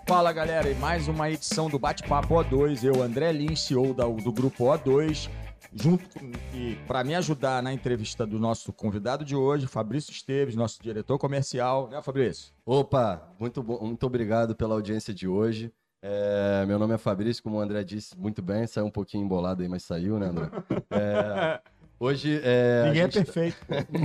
Fala galera, e mais uma edição do Bate-Papo O2, eu, André Lins, CEO do grupo O2, e para me ajudar na entrevista do nosso convidado de hoje, Fabrício Esteves, nosso diretor comercial, né, Fabrício? Opa, muito bom, muito obrigado pela audiência de hoje. Meu nome é Fabrício, como o André disse muito bem, saiu um pouquinho embolado aí, mas saiu, né, André? Hoje Ninguém é perfeito.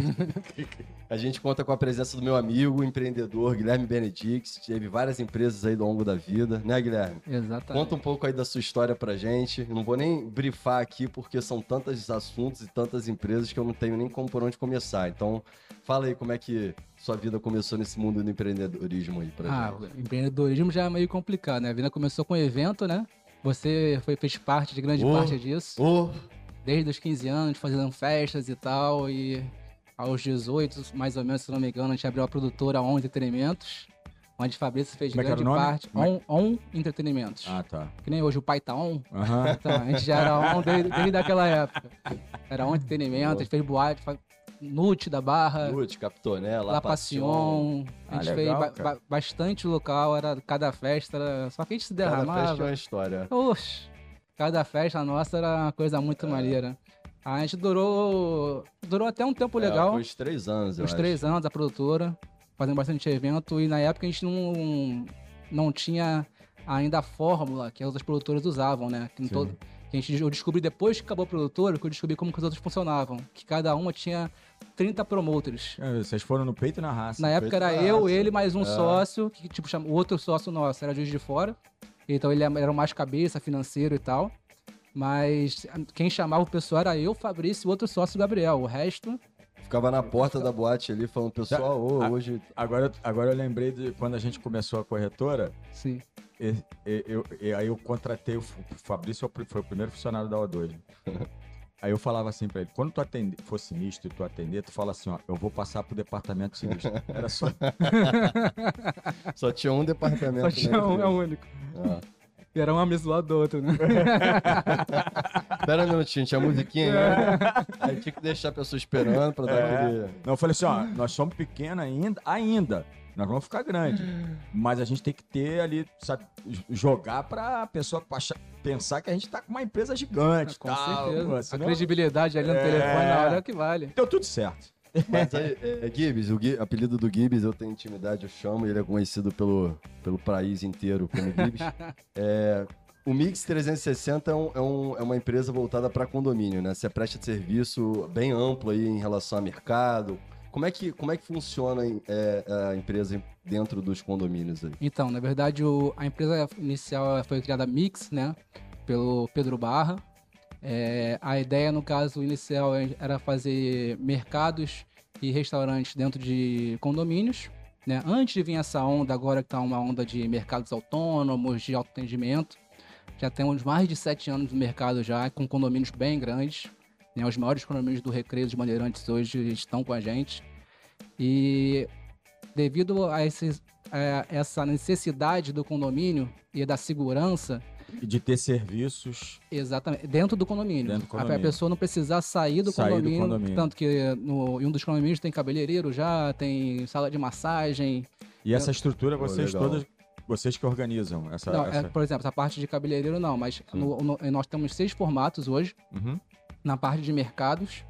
A gente conta com a presença do meu amigo, empreendedor Guilherme Benedix, teve várias empresas aí ao longo da vida, né, Guilherme? Exatamente. Conta um pouco aí da sua história pra gente. Não vou nem brifar aqui porque são tantos assuntos e tantas empresas que eu não tenho nem por onde começar. Então, fala aí como é que sua vida começou nesse mundo do empreendedorismo aí pra gente. O empreendedorismo já é meio complicado, né? A vida começou com um evento, né? Você fez parte de grande parte disso. Desde os 15 anos, fazendo festas e tal, e aos 18, mais ou menos, se não me engano, a gente abriu a produtora On Entretenimentos, onde Fabrício fez grande parte. On Entretenimentos. Ah, tá. Que nem hoje o pai tá on. Uhum. Então, a gente já era on desde aquela época. Era On Entretenimento, a gente fez boate, Nute da Barra. Nute, Capitoné, La Passion. A gente legal, fez bastante local, cada festa, só que a gente se derramava. Cada festa é uma história. Oxe. Cada festa nossa era uma coisa muito maneira. A gente durou até um tempo legal. Foi uns 3 anos, eu acho. Uns 3 anos, a produtora, fazendo bastante evento. E na época a gente não tinha ainda a fórmula que as outras produtoras usavam, né? Eu descobri depois que acabou a produtora, que eu descobri como que as outras funcionavam. Que cada uma tinha 30 promoters. Vocês foram no peito e na raça. Na época era ele, mais um sócio, que tipo, o outro sócio nosso era Juiz de Fora. Então ele era mais cabeça, financeiro e tal. Mas quem chamava o pessoal era eu, Fabrício e o outro sócio, Gabriel. O resto... Ficava na porta da boate ali falando, pessoal, hoje... Agora eu lembrei de quando a gente começou a corretora. Sim. Aí eu contratei o Fabrício, foi o primeiro funcionário da O2. Aí eu falava assim pra ele, quando tu for sinistro e tu atender, tu fala assim, ó, eu vou passar pro departamento sinistro. Era só... Só tinha um departamento. Só tinha um, é o único. E era uma mesa do lado do outro, né? Espera um minutinho, tinha musiquinha, né? Aí tinha que deixar a pessoa esperando pra dar aquele... Não, eu falei assim, ó, nós somos pequenos ainda. Nós vamos ficar grande. Mas a gente tem que ter ali, sabe, jogar pra pessoa pensar que a gente tá com uma empresa gigante. Com certeza. Assim, a credibilidade ali no telefone na hora é o que vale. Deu tudo certo. Mas aí, Gibbs, o apelido do Gibbs, eu tenho intimidade, eu chamo, ele é conhecido pelo país inteiro como Gibbs. O Mix 360 é uma empresa voltada para condomínio, né? Você presta serviço bem amplo aí em relação a mercado. Como é que funciona a empresa dentro dos condomínios aí? Então, na verdade, a empresa inicial foi criada Mix, né? Pelo Pedro Barra. A ideia, no caso inicial, era fazer mercados e restaurantes dentro de condomínios, né? Antes de vir essa onda, agora que está uma onda de mercados autônomos, de autoatendimento, já temos mais de 7 anos no mercado já, com condomínios bem grandes, né? Os maiores condomínios do Recreio dos Bandeirantes hoje estão com a gente. E devido a essa necessidade do condomínio e da segurança... De ter serviços... Exatamente, dentro do condomínio. A pessoa não precisar sair do condomínio. Tanto que em um dos condomínios tem cabeleireiro já, tem sala de massagem. E essa estrutura vocês que organizam? Por exemplo, essa parte de cabeleireiro não, mas nós temos 6 formatos hoje. Na parte de mercados,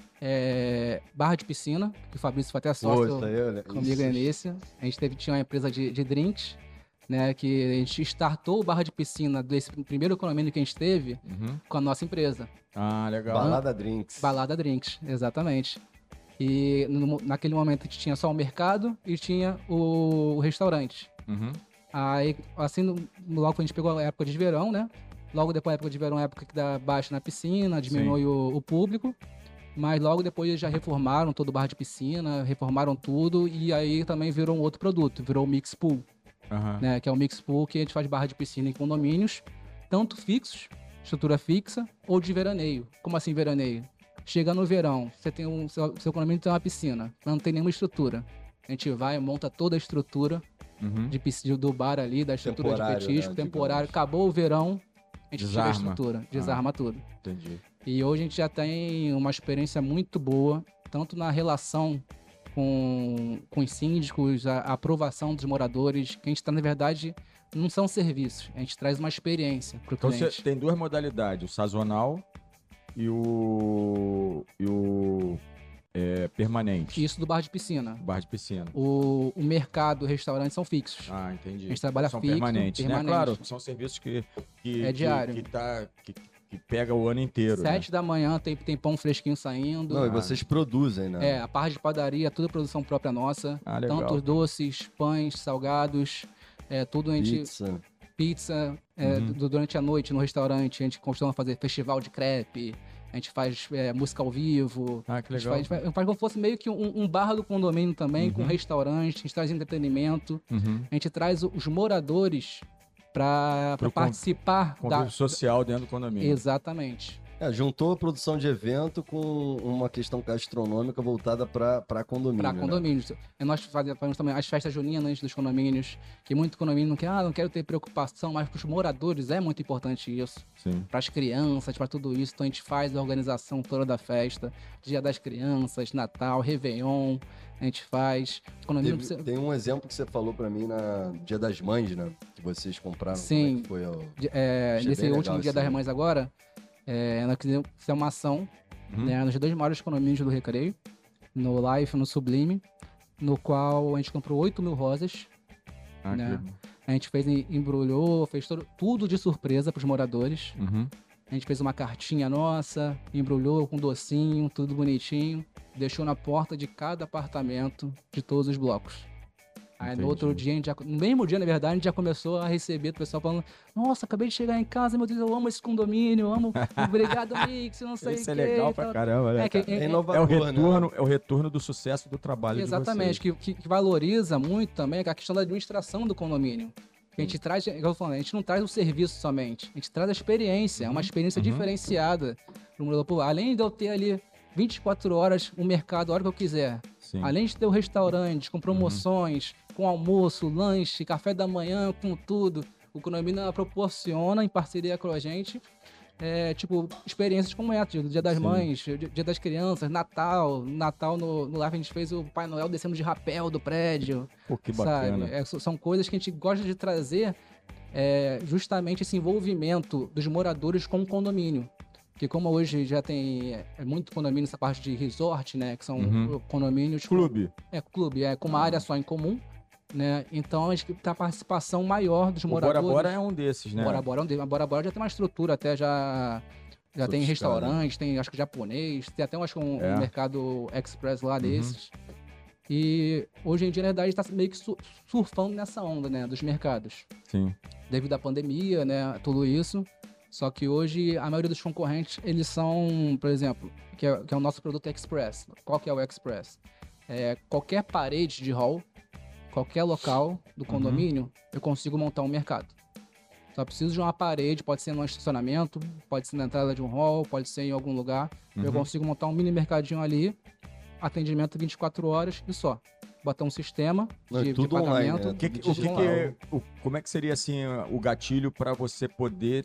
barra de piscina, que o Fabrício foi até sócio comigo no início. A gente tinha uma empresa de drinks, né, que a gente startou o barra de piscina desse primeiro condomínio que a gente teve com a nossa empresa. Ah, legal. Balada Drinks. Balada Drinks, exatamente. E naquele momento a gente tinha só o mercado e tinha o restaurante. Aí, assim, logo que a gente pegou a época de verão, né? Logo depois da época de verão, a época que dá baixa na piscina, diminui o público. Mas logo depois eles já reformaram todo o bar de piscina, reformaram tudo. E aí também virou um outro produto, virou o Mix Pool. Né, que é o Mix Pool, que a gente faz barra de piscina em condomínios, tanto fixos, estrutura fixa, ou de veraneio. Como assim veraneio? Chega no verão, você tem seu condomínio tem uma piscina, mas não tem nenhuma estrutura. A gente vai, monta toda a estrutura do bar ali, da estrutura de petisco, né, temporário. Acabou o verão, a gente tira a estrutura, desarma tudo. Entendi. E hoje a gente já tem uma experiência muito boa, tanto na relação com os síndicos, a aprovação dos moradores, que a gente está, na verdade, não são serviços, a gente traz uma experiência para o Então cliente. você tem duas modalidades, o sazonal e o permanente. Isso do bar de piscina. Bar de piscina. O mercado, o restaurante são fixos. Ah, entendi. A gente trabalha são fixo, permanentes, né? permanente. Claro, são serviços que É diário. Que pega o ano inteiro. 7 da manhã tem pão fresquinho saindo. Não, e vocês produzem, né? A parte de padaria, tudo produção própria nossa. Ah, legal. Tanto doces, pães, salgados, tudo a gente... Pizza, durante a noite no restaurante, a gente costuma fazer festival de crepe, a gente faz música ao vivo. Ah, que legal. A gente faz como se fosse meio que um bar do condomínio também, com restaurante, a gente traz entretenimento, a gente traz os moradores para participar convívio social dentro do condomínio. Exatamente. Juntou a produção de evento com uma questão gastronômica voltada para condomínio. Para condomínios. Nós fazemos também as festas juninas dos condomínios, que muito condomínio não quero ter preocupação, mas para os moradores é muito importante isso. Para as crianças, para tudo isso. Então a gente faz a organização toda da festa, Dia das Crianças, Natal, Réveillon, a gente faz. Tem um exemplo que você falou para mim na Dia das Mães, né? Que vocês compraram. Sim. Como é que foi? Nesse último Dia das Mães agora, nós quisemos fazer uma ação nos 2 maiores condomínios do Recreio, no Life e no Sublime, no qual a gente comprou 8.000 rosas. Né? A gente embrulhou, fez tudo de surpresa para os moradores. A gente fez uma cartinha nossa, embrulhou com docinho, tudo bonitinho, deixou na porta de cada apartamento de todos os blocos. Aí no outro dia, no mesmo dia, na verdade, a gente já começou a receber o pessoal falando: nossa, acabei de chegar em casa, meu Deus, eu amo esse condomínio, eu amo, obrigado, Mix, não sei o que. Isso é legal pra caramba, né? É inovador, é o retorno do sucesso do trabalho Exatamente, de vocês. Que valoriza muito também a questão da administração do condomínio. A gente traz, igual eu falando, a gente não traz o serviço somente, a gente traz a experiência, é uma experiência diferenciada pro morador. Além de eu ter ali 24 horas o mercado, a hora que eu quiser. Sim. Além de ter o restaurante com promoções, com almoço, lanche, café da manhã, com tudo. O condomínio proporciona, em parceria com a gente, experiências como essa, do Dia das Mães, Dia das Crianças, Natal. Natal no Live a gente fez o Pai Noel descendo de rapel do prédio. Pô, que bacana. São coisas que a gente gosta de trazer justamente esse envolvimento dos moradores com o condomínio. Porque como hoje já tem muito condomínio, essa parte de resort, né? Que são condomínios... Clube. Clube, com uma área só em comum, né? Então a gente tem a participação maior dos moradores. O Bora Bora é um desses, né? Bora Bora é um desses. A Bora Bora já tem uma estrutura até já tem restaurante, tem acho que japonês, tem até acho que um mercado express lá desses. E hoje em dia, na verdade, está meio que surfando nessa onda, né? Dos mercados. Sim. Devido à pandemia, né? Tudo isso. Só que hoje, a maioria dos concorrentes, eles são, por exemplo, que é o nosso produto Express. Qual que é o Express? Qualquer parede de hall, qualquer local do condomínio, eu consigo montar um mercado. Só preciso de uma parede, pode ser no estacionamento, pode ser na entrada de um hall, pode ser em algum lugar. Eu consigo montar um mini mercadinho ali, atendimento 24 horas e só. Botar um sistema de pagamento. Online, né? Como é que seria assim o gatilho para você poder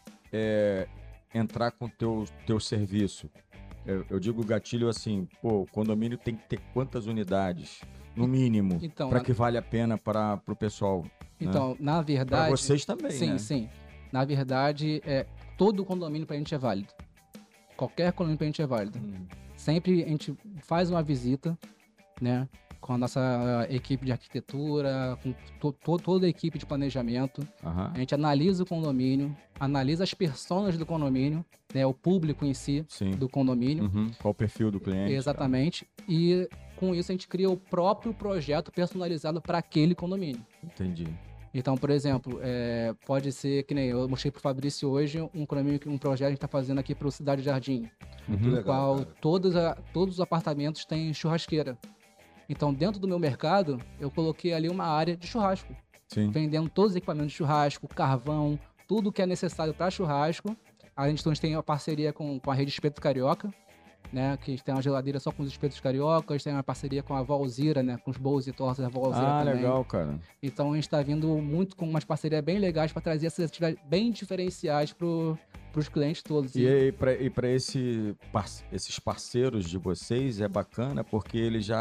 entrar com o teu serviço? Eu digo gatilho assim, o condomínio tem que ter quantas unidades, no mínimo, então, para que vale a pena para o pessoal? Então, né? Na verdade... Para vocês também, sim, né? Sim. Na verdade, todo condomínio pra gente é válido. Qualquer condomínio pra gente é válido. Sempre a gente faz uma visita, né? Com a nossa equipe de arquitetura, com toda a equipe de planejamento. A gente analisa o condomínio, analisa as pessoas do condomínio, né, o público em si do condomínio. Qual o perfil do cliente. Exatamente. E com isso a gente cria o próprio projeto personalizado para aquele condomínio. Entendi. Então, por exemplo, pode ser que nem eu mostrei pro Fabrício hoje um condomínio, um projeto que a gente está fazendo aqui pro Cidade Jardim. Muito legal, qual todos os apartamentos têm churrasqueira. Então, dentro do meu mercado, eu coloquei ali uma área de churrasco. Sim. Vendendo todos os equipamentos de churrasco, carvão, tudo que é necessário para churrasco. A gente tem uma parceria com a rede Espeto Carioca, né? Que a gente tem uma geladeira só com os espetos cariocas. A gente tem uma parceria com a Valzira, né? Com os bolos e tortas da Valzira também. Legal, cara. Então, a gente está vindo muito com umas parcerias bem legais para trazer essas atividades bem diferenciais para os clientes todos. E para esses parceiros de vocês é bacana porque eles já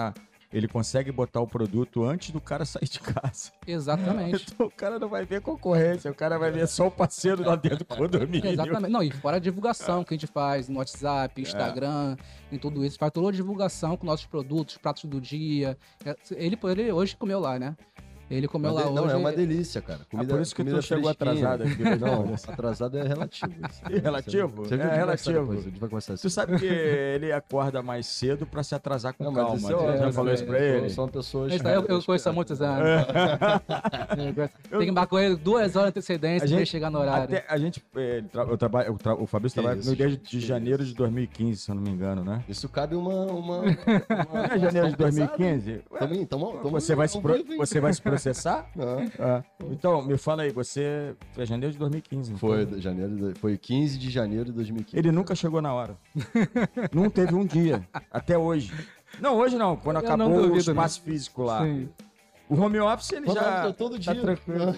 ele consegue botar o produto antes do cara sair de casa. Exatamente. Então o cara não vai ver concorrência, o cara vai ver só o parceiro lá dentro do condomínio. Exatamente. Não, e fora a divulgação que a gente faz no WhatsApp, Instagram, em tudo isso. Faz toda a divulgação com nossos produtos, pratos do dia. Ele hoje comeu lá, né? Ele comeu lá Não, hoje. é uma delícia, cara. Comida, por isso que tu chegou fresquinha. atrasado aqui. Não, atrasado é relativo. É relativo? Você viu É que relativo. A gente vai conversar assim. Tu sabe que ele acorda mais cedo pra se atrasar com Não, mas calma. isso Você já óbvio, falou isso pra ele? São pessoas... Isso aí eu conheço há muitos anos. Tem que marcar ele 2 horas de antecedência pra ele chegar no horário. Até a gente, o Fabrício trabalha isso, comigo desde que janeiro de 2015, se eu não me engano, né? Isso cabe uma Não é janeiro de 2015? Você vai se processar? Não. Então, me fala aí, você foi janeiro de 2015, não Foi 15 de janeiro de 2015. Ele nunca chegou na hora. Não teve um dia, até hoje. Não, hoje não, quando Eu acabou não duvido, o espaço físico lá. Sim. O home office, ele já todo tá dia. tranquilo.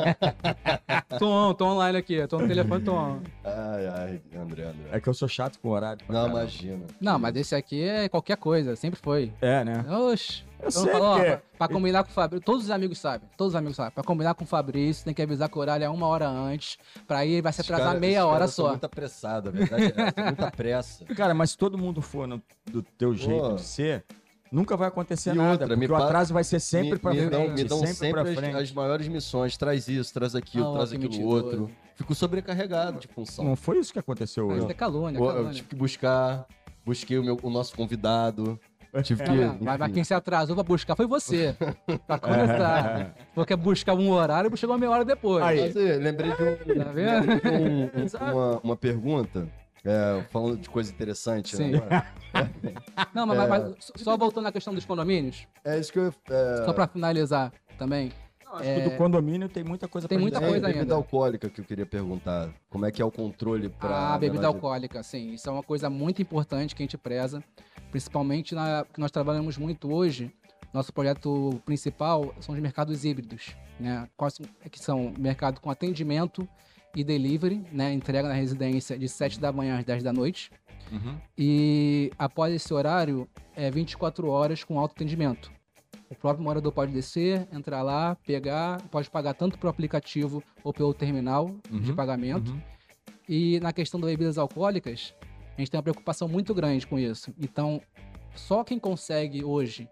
Tô online aqui, tô no telefone, tô on. Ai, André. É que eu sou chato com o horário. Não, imagina. Não, mas esse aqui é qualquer coisa, sempre foi. É, né? Oxi. Eu Então, sei falo, que ó, pra combinar com o Fabrício, todos os amigos sabem. Pra combinar com o Fabrício, tem que avisar que o horário é 1 hora antes, pra aí ele vai se atrasar meia hora só. Muito apressado, a verdade é essa, muita pressa. Cara, mas se todo mundo for do teu jeito de ser, nunca vai acontecer E nada, outra, porque o atraso vai ser sempre pra frente. Me dão sempre pra frente. as maiores missões. Traz isso, traz aquilo, traz que aquilo mentiroso. outro. Fico sobrecarregado de função. Não foi isso que aconteceu Mas hoje. é calúnia, Eu calúnia. tive que busquei o nosso convidado. Tive que. Mas enfim. quem se atrasou pra buscar foi você. Pra começar. Porque buscar um horário e chegou meia hora depois. Aí. Mas, lembrei de Tá vendo? uma pergunta. Falando de coisa interessante. Sim. Né? Não, mas só voltando à questão dos condomínios, É isso que eu. só pra finalizar também. Acho que do condomínio tem muita coisa Tem pra muita gente coisa ver. ainda. Bebida alcoólica que eu queria perguntar. Como é que é o controle para. A bebida alcoólica, sim. Isso é uma coisa muito importante que a gente preza. Principalmente que nós trabalhamos muito hoje. Nosso projeto principal são os mercados híbridos, né? Que são mercado com atendimento e delivery, né? Entrega na residência de 7 da manhã às 10 da noite. Uhum. E após esse horário, é 24 horas com autoatendimento. O próprio morador pode descer, entrar lá, pegar, pode pagar tanto pelo aplicativo ou pelo terminal de pagamento. Uhum. E na questão das bebidas alcoólicas, a gente tem uma preocupação muito grande com isso. Então, só quem consegue hoje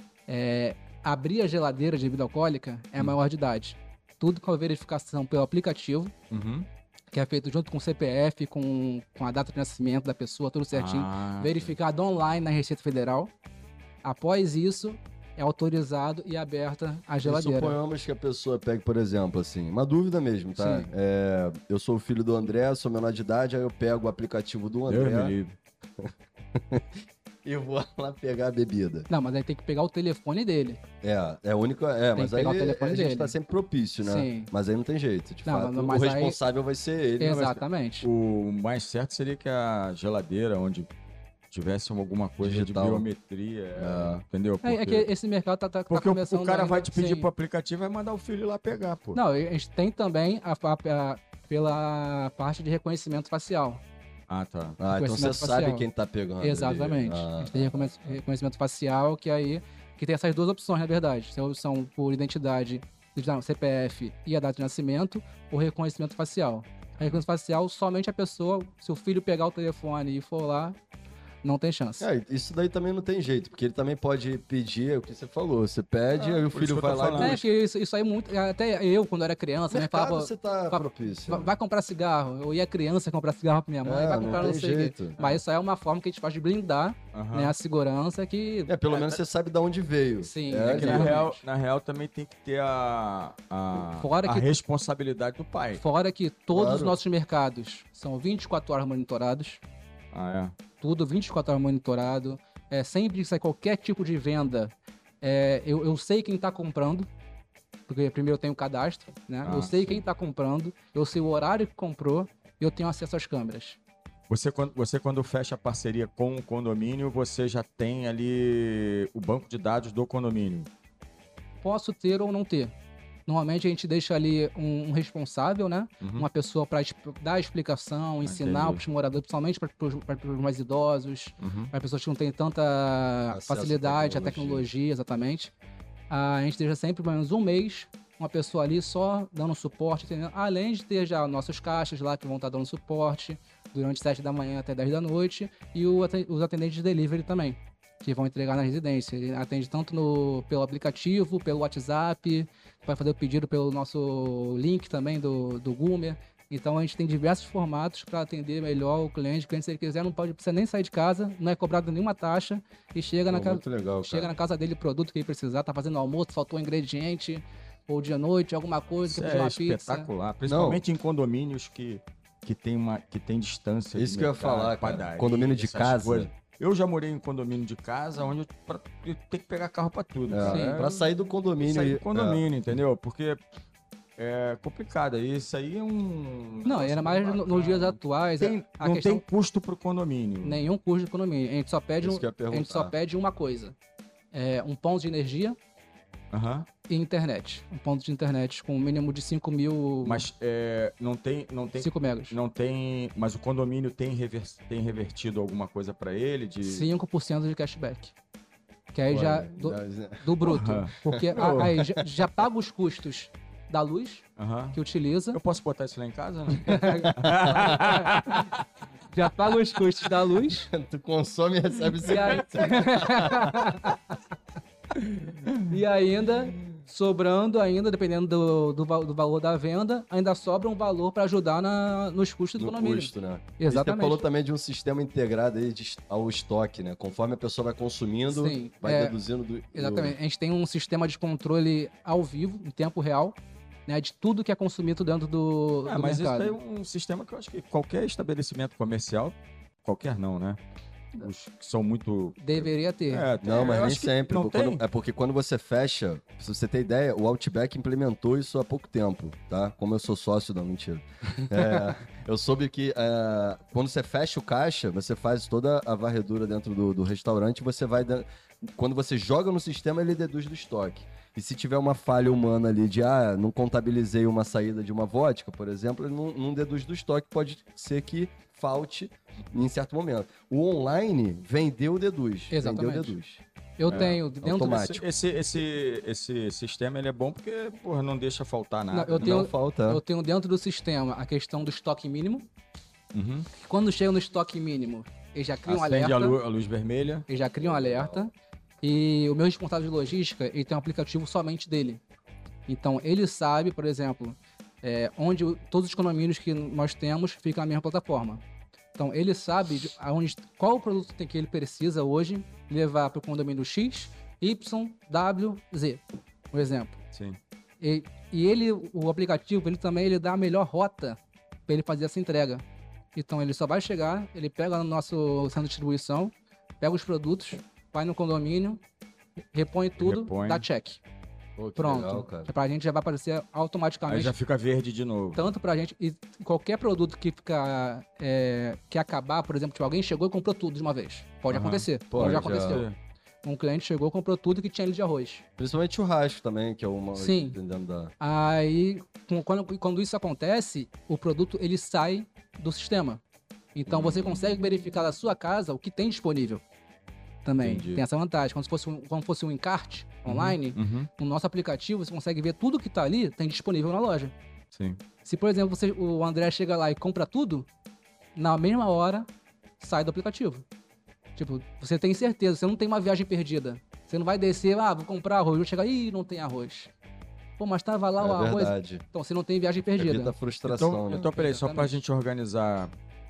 abrir a geladeira de bebida alcoólica é maior de idade. Tudo com a verificação pelo aplicativo, Uhum. que é feito junto com o CPF, com a data de nascimento da pessoa, tudo certinho. Verificado online na Receita Federal. Após isso, é autorizado e aberta a geladeira. Suponhamos que a pessoa pegue, por exemplo, assim, uma dúvida mesmo, tá? Sim. Eu sou o filho do André, sou menor de idade, aí eu pego o aplicativo do Deus me André livre. e vou lá pegar a bebida. Não, mas aí tem que pegar o telefone dele. É a única. Tem Mas que aí pegar o telefone a gente dele. tá sempre propício, né? Sim. Mas aí não tem jeito. De Não, fato, mas o aí- responsável vai ser ele. Exatamente. O mais certo seria que a geladeira, onde tivesse alguma coisa Digital. de biometria, entendeu? É que esse mercado tá porque começando o cara vai ainda, te pedir sim. pro aplicativo e vai mandar o filho lá pegar, pô. Não, a gente tem também pela parte de reconhecimento facial. Ah, tá. Então você Reconhecimento sabe facial. quem tá pegando. ali. Exatamente. A gente tem reconhecimento facial, que tem essas duas opções, na verdade. São por identidade, CPF e a data de nascimento, ou reconhecimento facial. A reconhecimento facial, somente a pessoa, se o filho pegar o telefone e for lá, não tem chance. Isso daí também não tem jeito, porque ele também pode pedir o que você falou. Você pede, aí o por isso filho que eu vai tô lá falando. e É que isso aí muito. Até eu, quando era criança, me mercado falava. você tá propício. Vai comprar cigarro. Eu ia criança comprar cigarro pra minha mãe, vai comprar não tem sei o quê. jeito. Mas isso aí é uma forma que a gente faz de blindar, Aham. né, a segurança que. Pelo menos você sabe de onde veio. Sim, É que na exatamente. real também tem que ter a Fora que- responsabilidade do pai. Fora que todos Claro. os nossos mercados são 24 horas monitorados. Ah, Tudo 24 horas monitorado. Sempre que sai qualquer tipo de venda, eu sei quem está comprando. Porque primeiro eu tenho o cadastro, né? Ah, Eu sei sim. quem está comprando, eu sei o horário que comprou e eu tenho acesso às câmeras. Você quando fecha a parceria com o condomínio, você já tem ali o banco de dados do condomínio. Posso ter ou não ter. Normalmente a gente deixa ali um responsável, né? Uma pessoa para dar a explicação, ensinar para os moradores, principalmente para os mais idosos, para pessoas que não têm tanta facilidade à tecnologia, exatamente. A gente deixa sempre pelo menos um mês uma pessoa ali só dando suporte, entendeu? Além de ter já nossos caixas lá que vão estar dando suporte durante 7 da manhã até 10 da noite e os atendentes de delivery também, que vão entregar na residência. Ele atende tanto pelo aplicativo, pelo WhatsApp, vai fazer o pedido pelo nosso link também do Goomer. Então a gente tem diversos formatos para atender melhor o cliente. O cliente, se ele quiser, não precisa nem sair de casa, não é cobrado nenhuma taxa e chega, chega na casa dele o produto que ele precisar, tá fazendo almoço, faltou um ingrediente, ou dia à noite, alguma coisa, que uma pizza. Espetacular, principalmente em condomínios que tem distância. Isso que eu ia falar, cara. Padaria, condomínio de casa. Coisas. Eu já morei em condomínio de casa, onde eu tenho que pegar carro pra tudo. Pra sair do condomínio. Sair do condomínio, entendeu? Porque é complicado. Isso aí é um... Não, era mais nos dias atuais. Não tem custo pro condomínio. Nenhum custo pro condomínio. A gente só pede uma coisa. Um ponto de energia e internet. Um ponto de internet com um mínimo de 5 mil... Mas não tem 5 megas. Não tem... Mas o condomínio tem revertido alguma coisa pra ele? 5% de cashback. Que aí do bruto. Porque aí já paga os custos da luz que utiliza. Eu posso botar isso lá em casa, né? Já paga os custos da luz. Tu consome e recebe 50. E ainda, sobrando ainda, dependendo do valor da venda, ainda sobra um valor para ajudar nos custos do condomínio. Custo, né? Exatamente. Você falou também de um sistema integrado aí ao estoque, né? Conforme a pessoa vai consumindo, vai deduzindo Exatamente. A gente tem um sistema de controle ao vivo, em tempo real, né, de tudo que é consumido dentro do mas mercado. Isso é um sistema que eu acho que qualquer estabelecimento comercial, qualquer não, né? Os que são muito... Deveria ter. Não, mas nem sempre. É porque quando você fecha, se você ter ideia, o Outback implementou isso há pouco tempo, tá? Como eu sou sócio, não, mentira. Eu soube que quando você fecha o caixa, você faz toda a varredura dentro do restaurante, você vai... Quando você joga no sistema, ele deduz do estoque. E se tiver uma falha humana ali de, não contabilizei uma saída de uma vodka, por exemplo, ele não deduz do estoque, pode ser que falte em certo momento. O online vendeu, deduz. Exatamente. Vendeu, deduz. Eu tenho dentro automático. Esse sistema ele é bom porque, porra, não deixa faltar nada. Eu tenho dentro do sistema a questão do estoque mínimo. Quando chega no estoque mínimo, ele já cria um alerta. Acende a luz vermelha. Ele já cria um alerta. E o meu responsável de logística, ele tem um aplicativo somente dele. Então, ele sabe, por exemplo, onde todos os condomínios que nós temos ficam na mesma plataforma. Então, ele sabe qual o produto que ele precisa hoje levar para o condomínio X, Y, W, Z, por exemplo. Sim. E o aplicativo, ele também dá a melhor rota para ele fazer essa entrega. Então, ele só vai chegar, ele pega no nosso centro de distribuição, pega os produtos, vai no condomínio, repõe tudo, dá check. Pô, pronto. Legal, cara. Pra gente já vai aparecer automaticamente. Aí já fica verde de novo. Tanto pra gente, e qualquer produto que fica, que acabar, por exemplo, tipo, alguém chegou e comprou tudo de uma vez. Pode acontecer. Já aconteceu. Um cliente chegou e comprou tudo que tinha ali de arroz. Principalmente churrasco também, que é uma... Sim. Aí, quando isso acontece, o produto, ele sai do sistema. Então, você consegue verificar da sua casa o que tem disponível. Também. Entendi. Tem essa vantagem. Como fosse um encarte online, no nosso aplicativo, você consegue ver tudo que tá ali, tem disponível na loja. Sim. Se, por exemplo, o André chega lá e compra tudo, na mesma hora, sai do aplicativo. Tipo, você tem certeza, você não tem uma viagem perdida. Você não vai descer, vou comprar arroz, vou chegar, não tem arroz. Pô, mas tava lá o arroz. Verdade. Então, você não tem viagem perdida. Evita a frustração, né? Então, peraí, só pra gente organizar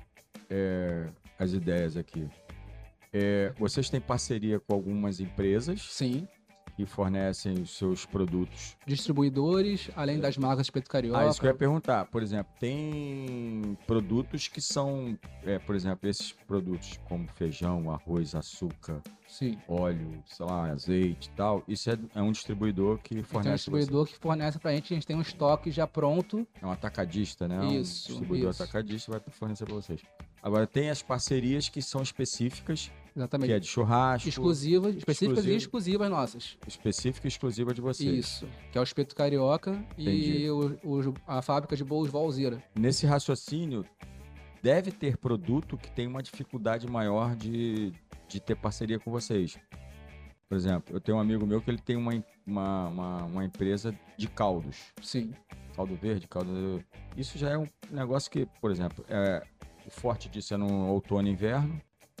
as ideias aqui. Vocês têm parceria com algumas empresas? Sim. Que fornecem os seus produtos. Distribuidores, além das marcas Espeto Carioca. Isso que eu ia perguntar. Por exemplo, tem produtos que são, por exemplo, esses produtos como feijão, arroz, açúcar, sim, óleo, sei lá, azeite e tal. Isso é um distribuidor que fornece. É um distribuidor que fornece pra gente. A gente tem um estoque já pronto. É um atacadista, né? Isso. Um distribuidor atacadista vai fornecer pra vocês. Agora, tem as parcerias que são específicas Exatamente. Que é de churrasco. Exclusivas, específicas e exclusivas nossas. Específica e exclusiva de vocês. Isso. Que é o espeto carioca e a fábrica de bolos Valzira. Nesse raciocínio, deve ter produto que tem uma dificuldade maior de ter parceria com vocês. Por exemplo, eu tenho um amigo meu que ele tem uma empresa de caldos. Sim. Caldo verde, caldo... Isso já é um negócio que, por exemplo, o forte disso é no outono e inverno.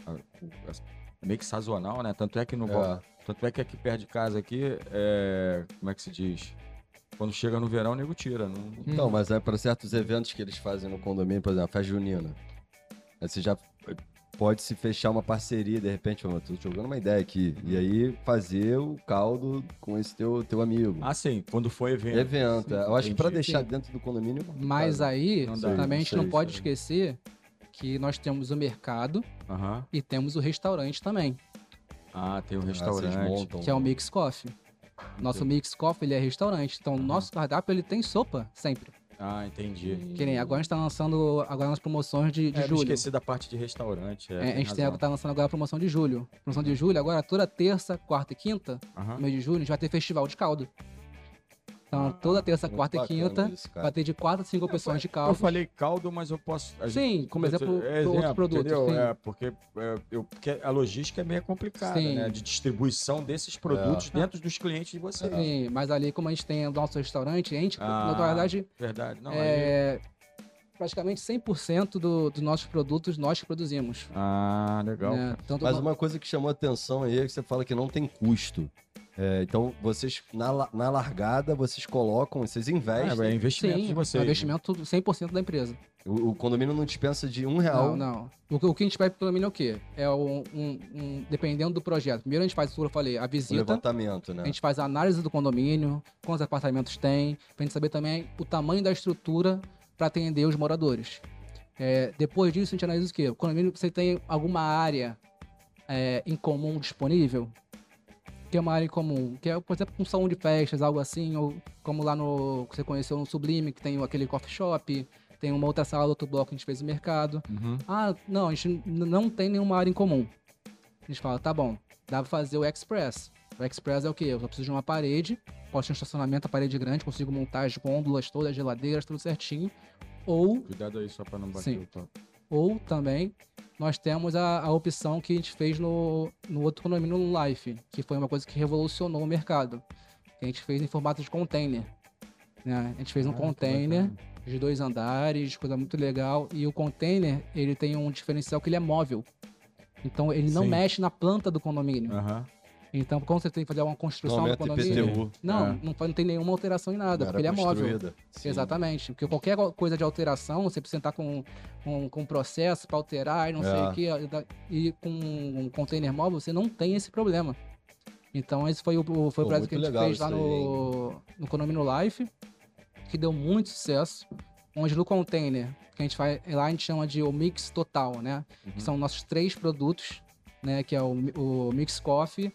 É meio que sazonal, né? Tanto é que aqui perto de casa aqui, como é que se diz? Quando chega no verão, o nego tira. Não, mas é para certos eventos que eles fazem no condomínio, por exemplo, a festa junina. Aí você já pode se fechar uma parceria, de repente, eu tô jogando uma ideia aqui. E aí fazer o caldo com esse teu amigo. Ah, sim, quando for evento. Evento, eu acho que para deixar Sim. dentro do condomínio... Mas aí, também a gente não pode sei. esquecer que nós temos o mercado e temos o restaurante também, Ah, tem o vocês restaurante. montam. que é o Mix Coffee. Nosso Mix Coffee, ele é restaurante. Então, o nosso cardápio, ele tem sopa sempre. Ah, entendi. Que nem agora a gente tá lançando nas promoções de Eu julho. esqueci da parte de restaurante. A gente tá lançando agora a promoção de julho. Promoção de julho, agora toda terça, quarta e quinta, no mês de julho, a gente vai ter festival de caldo. Então, toda terça, Muito quarta e bacana quinta, isso, cara. vai ter de 4 a 5 opções de Eu caldo. falei caldo, mas eu posso... Sim, como exemplo para outros produtos. Entendeu? Sim. Porque a logística é meio complicada, Sim. né? De distribuição desses produtos dentro dos clientes de vocês. Sim, mas ali, como a gente tem o nosso restaurante, a gente, na verdade, verdade. Não, praticamente 100% dos nossos produtos nós que produzimos. Legal. Né? Tanto Mas uma coisa que chamou a atenção aí é que você fala que não tem custo. Então, vocês, na largada, vocês colocam, vocês investem. É investimento Sim, de vocês. é investimento 100% da empresa. O condomínio não dispensa de R$1. Não. O que a gente vai pro condomínio é o quê? É dependendo do projeto. Primeiro a gente faz, como eu falei, a O visita. levantamento, né? A gente faz a análise do condomínio, quantos apartamentos tem, pra gente saber também o tamanho da estrutura para atender os moradores. Depois disso, a gente analisa o quê? O condomínio, você tem alguma área em comum disponível? Que é uma área em comum, que é, por exemplo, um salão de festas, algo assim, ou como lá no que você conheceu no Sublime, que tem aquele coffee shop, tem uma outra sala, outro bloco que a gente fez no mercado. Não, a gente não tem nenhuma área em comum. A gente fala, tá bom, dá pra fazer o Express. O Express é o quê? Eu só preciso de uma parede, posso ter um estacionamento, a parede grande, consigo montar as gôndolas todas, as geladeiras, tudo certinho. Ou... Cuidado aí só pra não bater Sim. o toque. Ou também nós temos a opção que a gente fez no outro condomínio, no Life, que foi uma coisa que revolucionou o mercado. Que a gente fez em formato de container. Né? A gente fez um container de 2 andares, coisa muito legal. E o container, ele tem um diferencial que ele é móvel. Então ele não mexe na planta do condomínio. Então, quando você tem que fazer uma construção no condomínio... IPTU. Não tem nenhuma alteração em nada, porque ele é móvel. Sim. Exatamente. Porque qualquer coisa de alteração, você precisa estar com um processo para alterar e não sei o quê. E com um container móvel, você não tem esse problema. Então, esse foi o projeto que a gente fez lá no Condomínio Life, que deu muito sucesso. Onde no container, que a gente faz, lá a gente chama de o Mix Total, né? Que são nossos 3 produtos, né? Que é o Mix Coffee,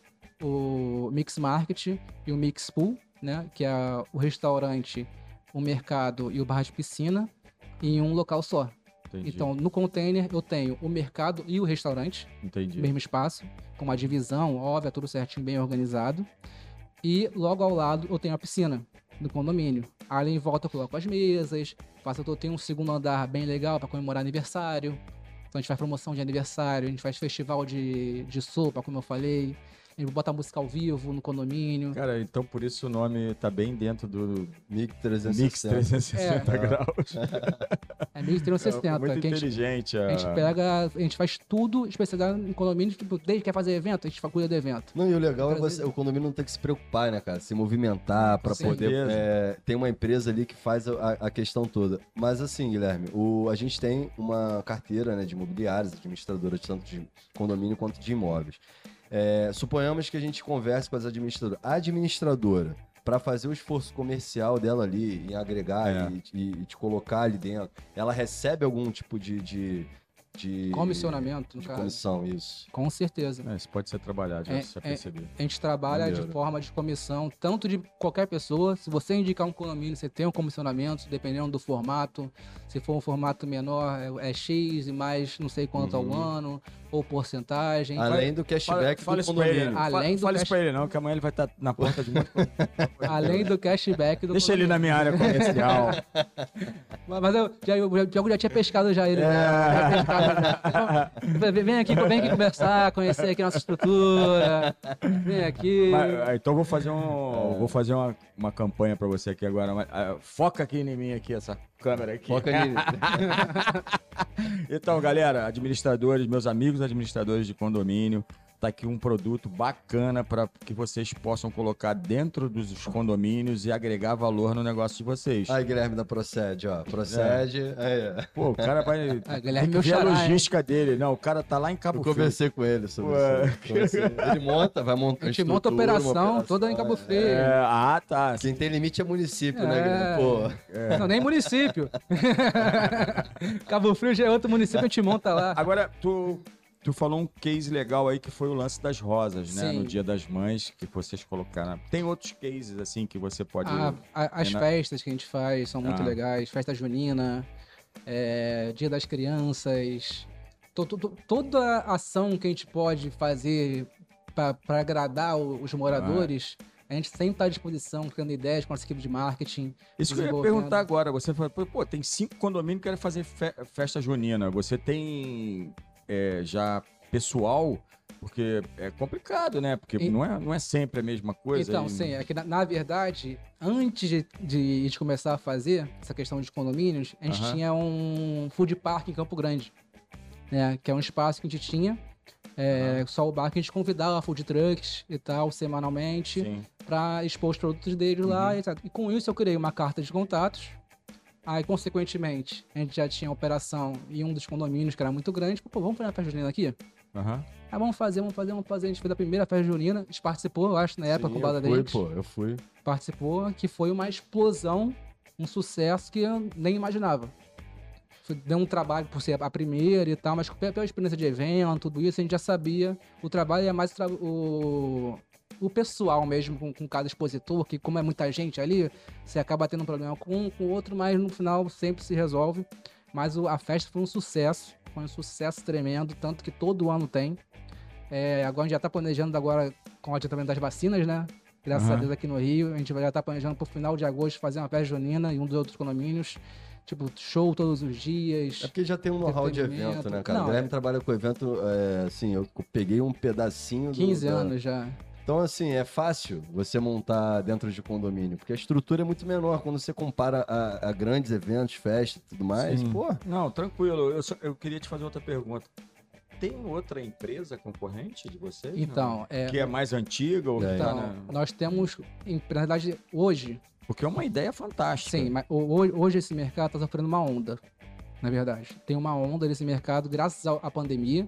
o Mix Market e o Mix Pool, né? Que é o restaurante, o mercado e o bar de piscina em um local só. Entendi. Então, no container eu tenho o mercado e o restaurante, no mesmo espaço, com uma divisão óbvia, tudo certinho, bem organizado. E logo ao lado eu tenho a piscina do condomínio. Ali em volta eu coloco as mesas, eu tenho um segundo andar bem legal para comemorar aniversário. Então a gente faz promoção de aniversário, a gente faz festival de sopa, como eu falei. A gente bota música ao vivo no condomínio. Cara, então por isso o nome tá bem dentro do Mix 360. Mix 360 graus. É Mix 360. Muito que inteligente. A gente faz tudo especializado em condomínio. Tipo, desde que quer fazer evento, a gente cuida do evento. Não, e o legal é o condomínio não ter que se preocupar, né, cara? Se movimentar pra poder... tem uma empresa ali que faz a questão toda. Mas assim, Guilherme, a gente tem uma carteira, né, de imobiliários, administradoras, tanto de condomínio quanto de imóveis. Suponhamos que a gente converse com as administradoras. A administradora, para fazer o esforço comercial dela ali, em agregar e te colocar ali dentro, ela recebe algum tipo de comissionamento, no de caso. Comissão, isso. Com certeza. Isso pode ser trabalhado, já percebi. A gente trabalha de forma de comissão, tanto de qualquer pessoa. Se você indicar um condomínio, você tem um comissionamento, dependendo do formato. Se for um formato menor, é X e mais não sei quanto ao ano. ou porcentagem. Além do cashback fala do isso pra ele, condomínio. fala isso pra ele não, que amanhã ele vai estar na porta de muito. Além do cashback do Deixa ele na minha área comercial. Mas eu já tinha pescado já ele. Né? Já tinha pescado. Vem aqui conversar, conhecer aqui a nossa estrutura. Vem aqui. Então vou fazer uma campanha pra você aqui agora. Foca aqui em mim, aqui, essa câmera aqui. Foca nele. Então, galera, administradores, meus amigos administradores de condomínio, tá aqui um produto bacana para que vocês possam colocar dentro dos condomínios e agregar valor no negócio de vocês. Aí, Guilherme da Procede, ó. Procede. Aí. Pô, o cara vai Guilherme tem que ver a logística dele. Não, o cara tá lá em Cabo Frio. Eu conversei com ele sobre isso. Ele vai montar. A gente monta a operação toda em Cabo Frio. Tá. Quem tem limite é município, né, Guilherme? Pô. Não, nem município. Cabo Frio já é outro município, a gente monta lá. Agora, tu falou um case legal aí que foi o lance das rosas, né? Sim. No Dia das Mães, que vocês colocaram. Tem outros cases, assim, que você pode... As festas que a gente faz são muito legais. Festa junina, Dia das Crianças. Toda ação que a gente pode fazer para agradar os moradores... A gente sempre está à disposição, criando ideias com a nossa equipe de marketing. Isso que eu ia perguntar agora. Você falou, pô, tem 5 condomínios que querem fazer festa junina. Você tem já pessoal? Porque é complicado, né? Porque não é sempre a mesma coisa. Então, sim. É que, na verdade, antes de a gente começar a fazer essa questão de condomínios, a gente tinha um food park em Campo Grande, né? Que é um espaço que a gente tinha. Só o bar que a gente convidava food trucks e tal, semanalmente, para expor os produtos deles lá, etc. E com isso eu criei uma carta de contatos. Aí, consequentemente, a gente já tinha operação em um dos condomínios, que era muito grande. Pô, vamos fazer uma festa junina aqui? Vamos fazer. A gente fez a primeira festa junina. A gente participou, eu acho, na época, com o Bada Dente. Eu fui. Participou, que foi uma explosão, um sucesso que eu nem imaginava. Deu um trabalho por ser a primeira e tal, mas pela experiência de evento, tudo isso, a gente já sabia. O trabalho é mais o pessoal mesmo, com cada expositor, que como é muita gente ali, você acaba tendo um problema com um, com o outro, mas no final sempre se resolve. Mas a festa foi um sucesso tremendo, tanto que todo ano tem. Agora a gente já está planejando com o adiantamento das vacinas, né? Graças a Deus aqui no Rio, a gente já está planejando para o final de agosto fazer uma festa junina em um dos outros condomínios. Tipo, show todos os dias. É porque já tem um know-how de evento, né, cara? O Guilherme trabalha com evento, assim, eu peguei um pedacinho 15 anos já. Então, assim, é fácil você montar dentro de condomínio, porque a estrutura é muito menor quando você compara a grandes eventos, festas e tudo mais. Pô. Não, tranquilo. Eu queria te fazer outra pergunta. Tem outra empresa concorrente de vocês? Então, que é mais antiga? Ou nós temos, na verdade, hoje... Porque é uma ideia fantástica. Sim, mas hoje esse mercado está sofrendo uma onda, na verdade. Tem uma onda nesse mercado graças à pandemia.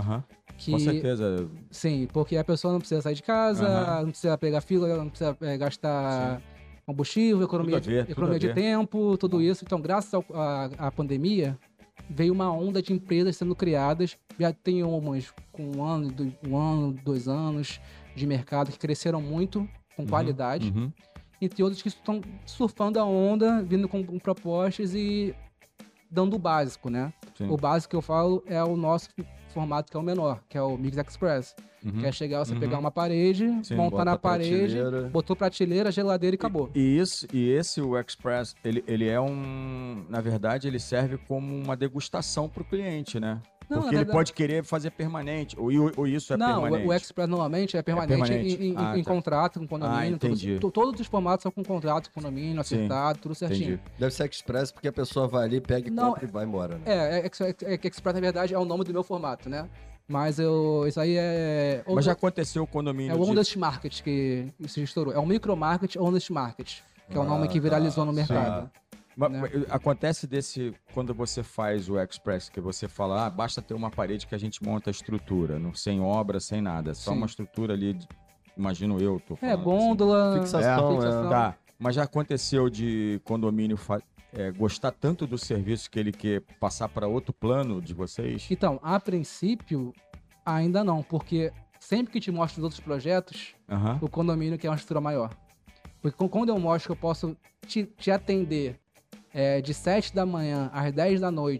Com certeza. Sim, porque a pessoa não precisa sair de casa, não precisa pegar fila, não precisa gastar combustível, economia de tempo, tudo isso. Então, graças à pandemia, veio uma onda de empresas sendo criadas. Já tem umas com um ano, 2 anos de mercado que cresceram muito, com qualidade. Entre outros que estão surfando a onda, vindo com propostas e dando o básico, né? Sim. O básico que eu falo é o nosso formato, que é o menor, que é o Mix Express. Que é chegar, você pegar uma parede, montar na parede, botou prateleira, geladeira e acabou. E esse, o Express, ele é na verdade, ele serve como uma degustação para o cliente, né? Não, porque ele pode querer fazer permanente, ou isso é permanente? Não, o Express normalmente é permanente, em contrato com o condomínio. Todos os formatos são com contrato com o condomínio, acertado, tudo certinho. Entendi. Deve ser Express porque a pessoa vai ali, pega e compra e vai embora, né? Express, na verdade, é o nome do meu formato, né? Mas isso aí é... Mas já aconteceu o condomínio... É o Honest Market que se estourou. É o Micromarket Honest Market, que é o nome que viralizou no mercado. Mas acontece quando você faz o Express, que você fala, basta ter uma parede que a gente monta a estrutura, sem obra, sem nada, só uma estrutura ali, imagino eu, tô falando. Gôndola, assim. Fixação. Tá, mas já aconteceu de condomínio gostar tanto do serviço que ele quer passar para outro plano de vocês? Então, a princípio, ainda não, porque sempre que te mostro os outros projetos, o condomínio quer uma estrutura maior. Porque quando eu mostro que eu posso te atender de 7 da manhã às 10 da noite,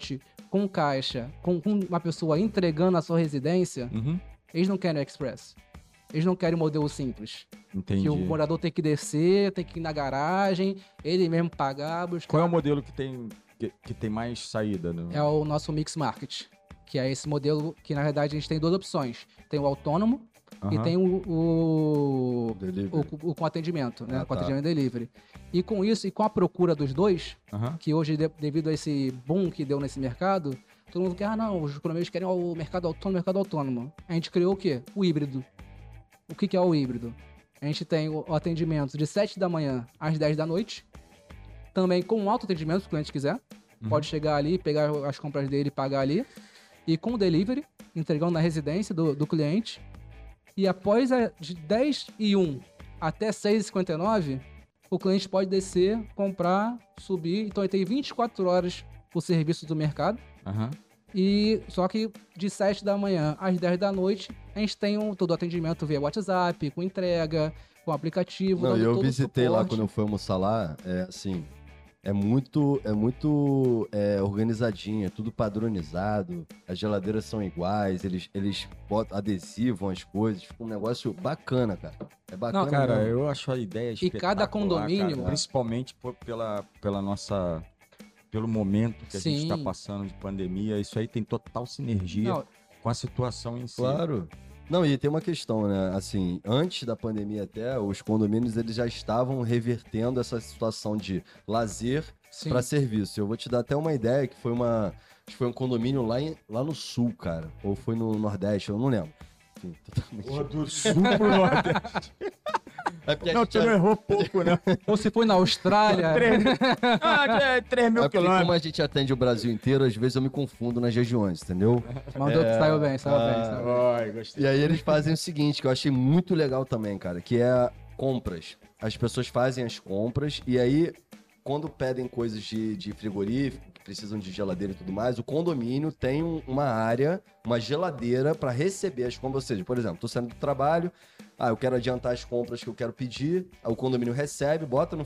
com caixa, com uma pessoa entregando a sua residência, eles não querem o Express. Eles não querem o modelo simples. Entendi. Que o morador tem que descer, tem que ir na garagem, ele mesmo pagar, buscar. Qual é o modelo que tem mais saída? É o nosso Mix Market, que é esse modelo que, na verdade, a gente tem duas opções. Tem o autônomo e tem o com atendimento, né? Com atendimento delivery. E com isso, e com a procura dos dois, que hoje, devido a esse boom que deu nesse mercado, todo mundo quer, os economistas querem o mercado autônomo. A gente criou o quê? O híbrido. O que é o híbrido? A gente tem o atendimento de 7 da manhã às 10 da noite, também com autoatendimento, se o cliente quiser. Pode chegar ali, pegar as compras dele e pagar ali. E com o delivery, entregando na residência do cliente. E após de 10h01 até 6h59, o cliente pode descer, comprar, subir. Então ele tem 24 horas o serviço do mercado. E só que de 7 da manhã às 10 da noite, a gente tem todo o atendimento via WhatsApp, com entrega, com aplicativo. Não, eu visitei lá quando eu fui almoçar lá, é muito organizadinho, é tudo padronizado, as geladeiras são iguais, eles botam adesivam as coisas, fica um negócio bacana, cara. É bacana. Não, cara, eu acho a ideia espetacular. E cada condomínio, cara, principalmente pela nossa... Pelo momento que a gente está passando de pandemia, isso aí tem total sinergia com a situação em si. Claro. Não, e tem uma questão, né? Assim, antes da pandemia até, os condomínios eles já estavam revertendo essa situação de lazer para serviço. Eu vou te dar até uma ideia que foi acho que foi um condomínio lá no sul, cara. Ou foi no Nordeste, eu não lembro. Enfim, totalmente... Porra, do sul pro Nordeste. Não, tu não errou pouco, né? Ou se foi na Austrália. 3 mil quilômetros. Como a gente atende o Brasil inteiro, às vezes eu me confundo nas regiões, entendeu? Mandou que saiu bem. Ai, gostei. E aí eles fazem o seguinte, que eu achei muito legal também, cara, que é compras. As pessoas fazem as compras e aí, quando pedem coisas de frigorífico, que precisam de geladeira e tudo mais, o condomínio tem uma área, uma geladeira para receber as compras. Ou seja, por exemplo, tô saindo do trabalho, eu quero adiantar as compras que eu quero pedir, o condomínio recebe, bota no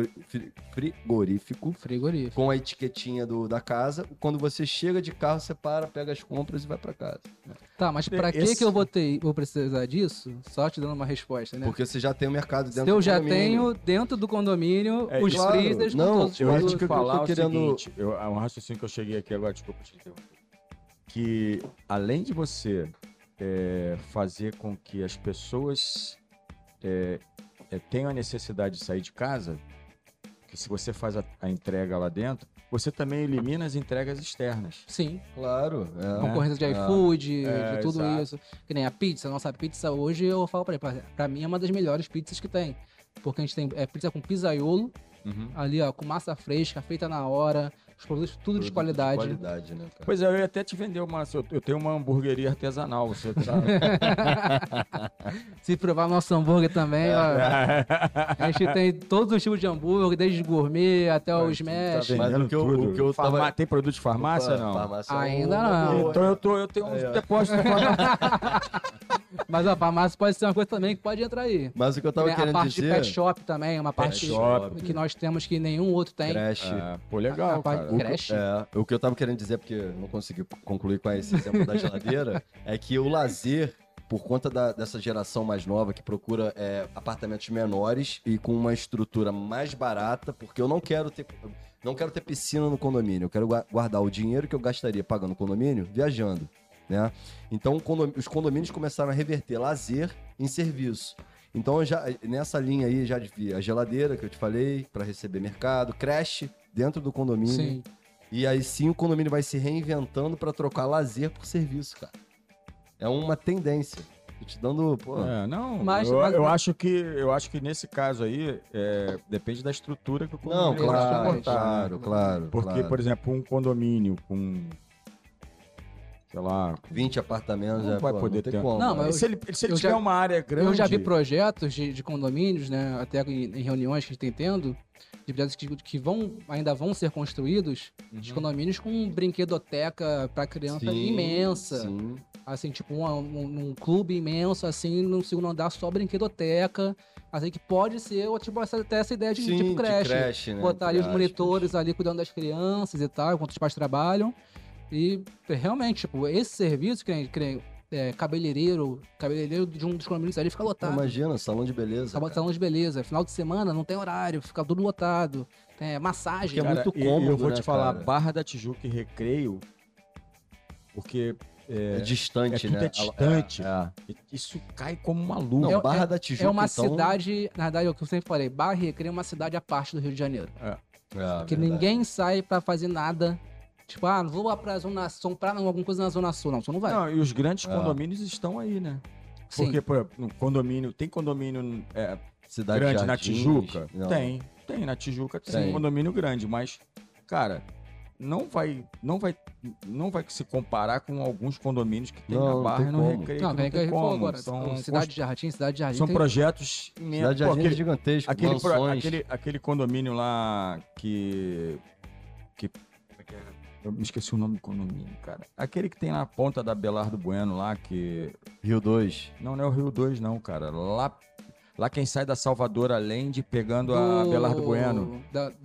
frigorífico com a etiquetinha da casa. Quando você chega de carro, você pega as compras e vai para casa. Tá, mas pra que eu vou precisar disso? Só te dando uma resposta, né? Porque você já tem o mercado dentro do condomínio. Eu já tenho dentro do condomínio os freezers com todos os eu produtos. ia te falar o seguinte, é um raciocínio que eu cheguei aqui agora, desculpa te interromper. Que além de você fazer com que as pessoas tenham a necessidade de sair de casa, que se você faz a entrega lá dentro, você também elimina as entregas externas. Sim. Claro. Concorrência de iFood, de tudo exato. isso. Que nem a pizza. Nossa pizza hoje, eu falo pra mim é uma das melhores pizzas que tem. Porque a gente tem pizza com pizzaiolo, ali ó, com massa fresca, feita na hora, os produtos tudo de qualidade. De qualidade, né, cara? Pois é, eu ia até te vender eu tenho uma hamburgueria artesanal, você sabe? Se provar nosso hambúrguer também, ó. A gente tem todos os tipos de hambúrguer, desde gourmet até o smash. Tá Mas o que eu tava... Tem produto de farmácia, não? Farmácia ainda não. Então eu tenho uns depósitos de farmácia. Mas a farmácia pode ser uma coisa também que pode entrar aí. Mas o que eu tava querendo dizer... A parte de pet shop também, é uma parte que nós temos que nenhum outro tem. Creche. Pô, legal, cara. Creche? O que eu tava querendo dizer, porque eu não consegui concluir com esse exemplo da geladeira, é que o lazer, por conta dessa geração mais nova que procura apartamentos menores e com uma estrutura mais barata, porque eu não quero ter piscina no condomínio, eu quero guardar o dinheiro que eu gastaria pagando condomínio viajando, né? Então os condomínios começaram a reverter lazer em serviço. Então nessa linha aí já vi a geladeira que eu te falei para receber mercado, creche dentro do condomínio. Sim. E aí sim o condomínio vai se reinventando para trocar lazer por serviço, cara. É uma tendência. Tô te dando, pô. Eu acho que nesse caso aí depende da estrutura que o condomínio vai suportar. Claro. Porque, por exemplo, um condomínio com, sei lá, 20 apartamentos não vai poder ter como. Não, mas se ele tiver uma área grande. Eu já vi projetos de condomínios, né? Até em reuniões que a gente tem tendo, de projetos que ainda vão ser construídos, de condomínios com brinquedoteca para criança imensa. Sim. Assim, tipo um clube imenso, assim, no segundo andar só brinquedoteca. Assim, que pode ser, tipo, até essa ideia de creche. Né? Botar ali os monitores ali cuidando das crianças e tal, enquanto os pais trabalham. E realmente, tipo, esse serviço que cabeleireiro de um dos condomínios ali fica lotado. Imagina, salão de beleza. Salão de beleza. Final de semana não tem horário, fica tudo lotado. Tem massagem. Porque é muito e cômodo, eu vou né, te falar, cara? Barra da Tijuca e Recreio, porque É distante, tudo né? é distante. É. Isso cai como uma luva. Não, Barra da Tijuca, É uma então... cidade, na verdade, é o que eu sempre falei, Barra e Recreio é uma cidade à parte do Rio de Janeiro. Que verdade. ninguém sai pra fazer nada. Tipo, vou lá pra Zona Sul, comprar alguma coisa na Zona Sul. Não, você não vai. Não, e os grandes condomínios estão aí, né? Sim. Porque, por exemplo, no condomínio, tem condomínio Cidade grande na Jardins, Tijuca? não. Tem na Tijuca, tem Tem. um condomínio grande, mas, cara, não vai se comparar com alguns condomínios que tem Não, na não Barra tem e no como. Recreio. Não, que vem não que tem eu falo como. agora. Cidade Jardim São tem... projetos imensos. Cidade Pô, Jardim é gigantesco, mansões. aquele condomínio lá que... Eu me esqueci o nome do condomínio, cara. Aquele que tem na ponta da Belardo Bueno lá, que... Rio 2. Não é o Rio 2 não, cara. Lá quem sai da Salvador Allende pegando a Belardo Bueno.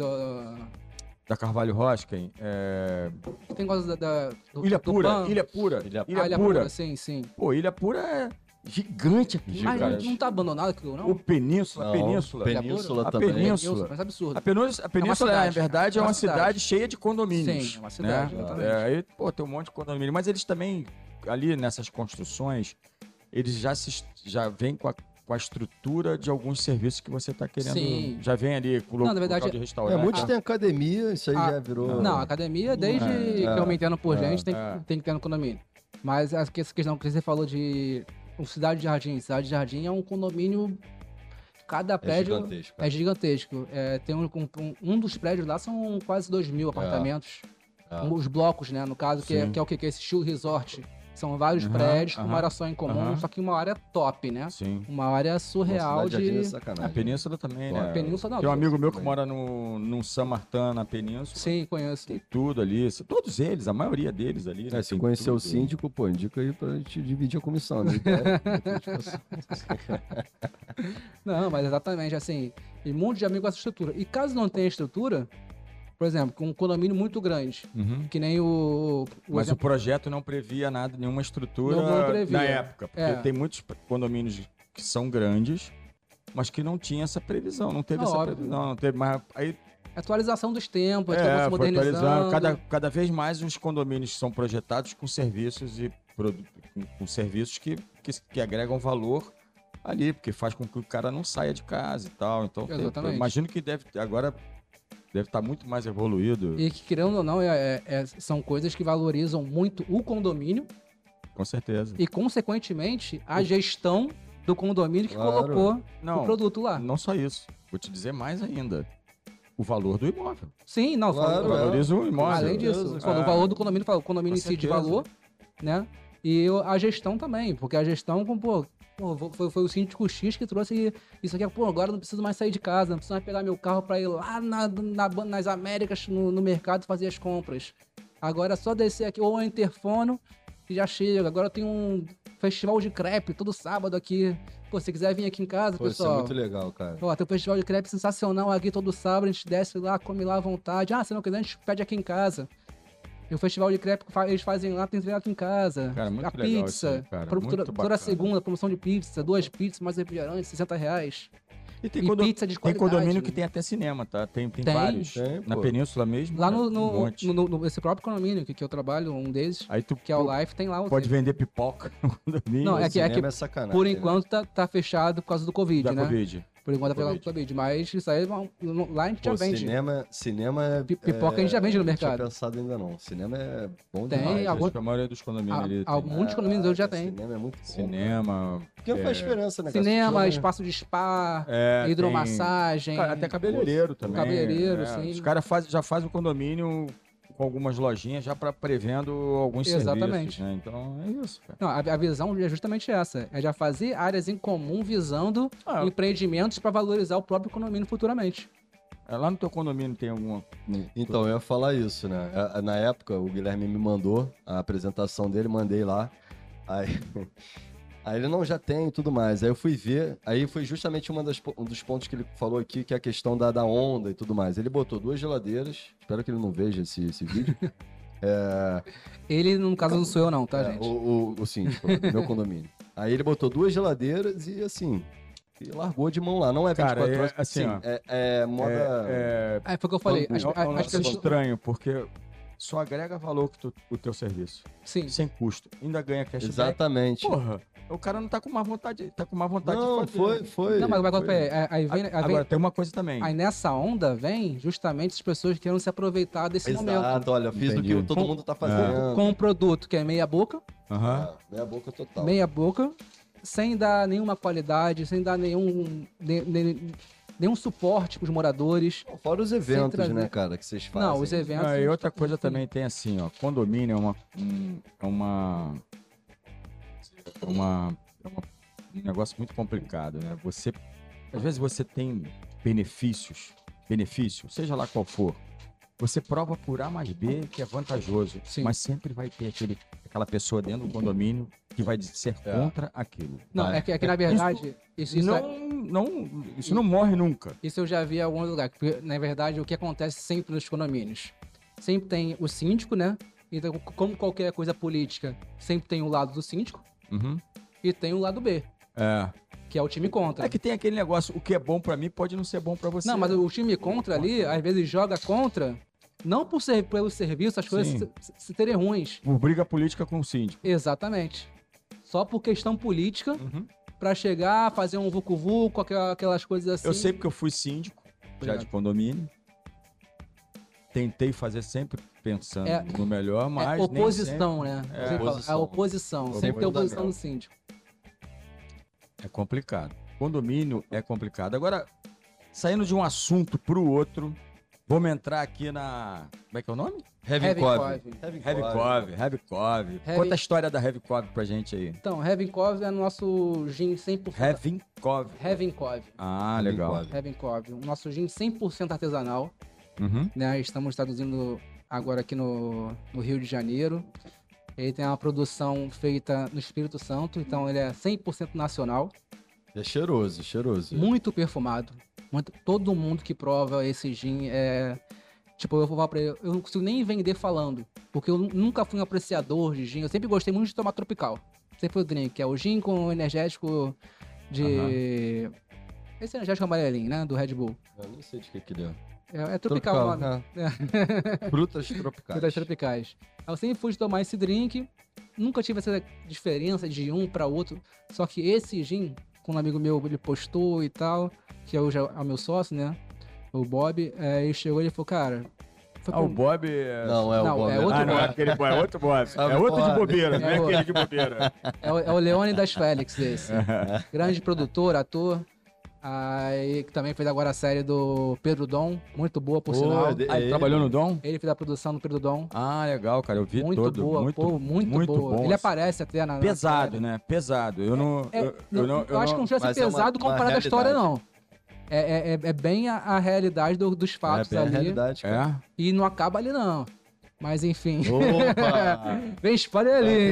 Da Carvalho Hosken. Tem coisa do Ilha Pura, Pan. Ilha Pura. Ilha Pura, sim. Pô, Ilha Pura é gigante aqui, Mas cara. não tá abandonado aquilo, não? O Península, Não, a Península. Península A também. Península. Mas é absurdo. A Península, cidade, na verdade, é uma cidade cheia de condomínios. Sim, é uma cidade, né? exatamente. Aí, pô, tem um monte de condomínio. Mas eles também, ali nessas construções, eles já vêm com a estrutura de alguns serviços que você está querendo. Sim. Já vem ali com o Não, na verdade, local de restaurante. Muitos têm academia, isso aí já virou... Não, academia, desde que eu me entendo por gente, tem que ter no condomínio. Mas essa questão que você falou de Cidade Jardim. Cidade Jardim é um condomínio... Cada prédio é gigantesco. Tem um dos prédios lá são quase 2.000 apartamentos. Os blocos, né? No caso, que é o que? Que é esse estilo resort. São vários prédios com uma área só em comum, só que uma área top, né? Sim. Uma área surreal de... A Península também, né? A Península não. Tem um amigo meu que mora no San Martin, na Península. Sim, conheço. Tem tudo ali. Todos eles, a maioria deles ali. Né? Se conhecer o síndico, pô, indica aí pra gente dividir a comissão. Né? Não, mas exatamente, assim, e um monte de amigo com essa estrutura. E caso não tenha estrutura, por exemplo, com um condomínio muito grande, que nem Mas o projeto não previa nada, nenhuma estrutura não previa. na época. Porque tem muitos condomínios que são grandes, mas que não tinha essa previsão. Não teve essa previsão. Não teve, mas aí... Atualização dos tempos, foi se modernizando. Cada vez mais os condomínios são projetados com serviços e com serviços que agregam valor ali, porque faz com que o cara não saia de casa e tal. Então, eu imagino que agora deve estar muito mais evoluído. E que, querendo ou não, são coisas que valorizam muito o condomínio. Com certeza. E, consequentemente, a gestão do condomínio que colocou o produto lá. Não só isso. Vou te dizer mais ainda. O valor do imóvel. Sim, não. Valoriza o imóvel. Além disso, o valor do condomínio, o condomínio em si de valor, né? E a gestão também, porque a gestão, foi o síndico X que trouxe isso aqui. Pô, agora não preciso mais sair de casa, não preciso mais pegar meu carro para ir lá nas Américas, no mercado, fazer as compras. Agora é só descer aqui, ou interfono, e já chega. Agora tem um festival de crepe todo sábado aqui. Pô, se quiser vir aqui em casa, pessoal. Isso é muito legal, cara. Ó, tem um festival de crepe sensacional aqui todo sábado. A gente desce lá, come lá à vontade. Se não quiser, a gente pede aqui em casa. E o festival de crepe que eles fazem lá, tem que aqui em casa. Cara, muito a legal pizza. isso aí, cara. Toda segunda, promoção de pizza. 2 pizzas mais refrigerante, R$60. E tem pizza de qualidade. Tem condomínio que tem até cinema, tá? Tem vários. Na Península mesmo. Lá esse próprio condomínio que eu trabalho, um deles, aí que é o Life, tem lá o... Pode vender pipoca no condomínio. Não, é que sacanagem, por enquanto tá fechado por causa do Covid, né? Covid. Por enquanto tá fechado do Covid. Mas isso aí, lá a gente já vende. Cinema é... Pipoca a gente já vende no mercado. Não tinha pensado ainda não. Cinema é bom tem demais. A maioria dos condomínios ali tem. Muitos condomínios hoje já tem. Cinema é muito bom. Cinema... Porque não faz diferença, né? Cinema, espaço de spa, hidromassagem. Até cabeleireiro também. Cabeleireiro, sim. Os caras já fazem o condomínio com algumas lojinhas já para prevendo alguns serviços, né? Então é isso, cara. Não, a visão é justamente essa. É já fazer áreas em comum visando empreendimentos para valorizar o próprio condomínio futuramente. Lá no teu condomínio tem alguma... Então, eu ia falar isso, né? Na época, o Guilherme me mandou a apresentação dele, mandei lá. Aí ele não já tem e tudo mais. Aí eu fui ver, aí foi justamente um dos pontos que ele falou aqui, que é a questão da onda e tudo mais. Ele botou 2 geladeiras, espero que ele não veja esse vídeo. Ele, no caso, não sou eu não, tá, gente? O síndico, do meu condomínio. Aí ele botou 2 geladeiras e assim... E largou de mão lá. Não é 24 Cara, horas. assim, ó, moda... Aí foi o que eu falei. As É um lance pessoas... estranho, porque só agrega valor o teu serviço. Sim. Sem custo. Ainda ganha cashback. Exatamente. Porra, o cara não tá com má vontade, tá com má vontade Não, de fazer. foi. Não, mas aí vem... Agora, tem uma coisa também. Aí nessa onda vem justamente as pessoas querendo se aproveitar desse momento. Exato, olha, fiz Entendi. o que todo mundo tá fazendo. Com um produto que é meia boca, Aham. Meia boca total. meia boca, sem dar nenhuma qualidade, sem dar nenhum suporte pros moradores. Fora os eventos, trazer- né, cara, que vocês fazem. Não, os eventos... Ah, e outra coisa também tem assim, ó, condomínio é um negócio muito complicado, né? Às vezes você tem benefício, seja lá qual for, você prova por A mais B que é vantajoso, Sim. mas sempre vai ter aquela pessoa dentro do condomínio que vai ser contra aquilo. Não, é que na verdade... Isso Não morre nunca. Isso eu já vi em algum lugar. Porque, na verdade, o que acontece sempre nos condomínios? Sempre tem o síndico, né? Então, como qualquer coisa política, sempre tem o lado do síndico Uhum. e tem o lado B, É. que é o time contra. É que tem aquele negócio, o que é bom pra mim pode não ser bom pra você. Não, mas o time contra ali, às vezes joga contra, não pelo serviço, as coisas Sim. se terem ruins. Por briga política com o síndico. Exatamente. Só por questão política, Uhum. pra chegar, fazer um vucu-vucu, aquelas coisas assim. Eu sei porque eu fui síndico, já Obrigado. de condomínio. Tentei fazer sempre pensando É- no melhor, mas nem oposição, né? É, Sempre fala, oposição. a oposição. Sempre tem Oposição. oposição do síndico. é complicado. Condomínio é complicado. Agora, saindo de um assunto pro outro, vamos entrar aqui na... Como é que é o nome? Heavy Cove. Heavy Cove. Conta a história da Heavy Cove pra gente aí. Então, Heaven Cove é nosso gin 100%. Heavy Cove. Heaven Cove. Ah, Heavy legal. Cove. Heaven Cove. O nosso gin 100% artesanal. Uhum. Né? Estamos traduzindo agora aqui no Rio de Janeiro. Ele tem uma produção feita no Espírito Santo, então ele é 100% nacional. É cheiroso, cheiroso. Muito perfumado. Todo mundo que prova esse gin é... Tipo, eu vou falar pra ele, eu não consigo nem vender falando, porque eu nunca fui um apreciador de gin. Eu sempre gostei muito de tomar tropical. Sempre foi o drink, que é o gin com energético de... Esse energético amarelinho, né? Do Red Bull. Eu nem sei de que ele é. É tropical o nome. Frutas tropicais. Frutas tropicais. Eu sempre fui tomar esse drink, nunca tive essa diferença de um para outro. Só que esse gin, quando um amigo meu ele postou e tal, que hoje é o meu sócio, né? O Bob, ele chegou e falou, cara... O Bob é... Não, é o Não, Bob. é outro Ah, não, é Bob. aquele Bob, é outro Bob. Sabe É outro qual de é? bobeira, não é É o- aquele de bobeira. É o Leone das Félix desse. Grande produtor, ator. Aí, que também fez agora a série do Pedro Dom, muito boa, por sinal. Ah, ele trabalhou no Dom? Ele fez a produção do Pedro Dom. Ah, legal, cara. Eu vi Muito todo. boa, muito boa. bom, Ele assim. aparece até na Pesado, série. né? Pesado. Eu não... Eu acho que não chega a mas ser é uma- pesado uma comparado à história, realidade. não. É bem a realidade dos fatos É bem a ali. realidade, cara. É? E não acaba ali, não. Mas enfim. Opa! Vem spoiler ali.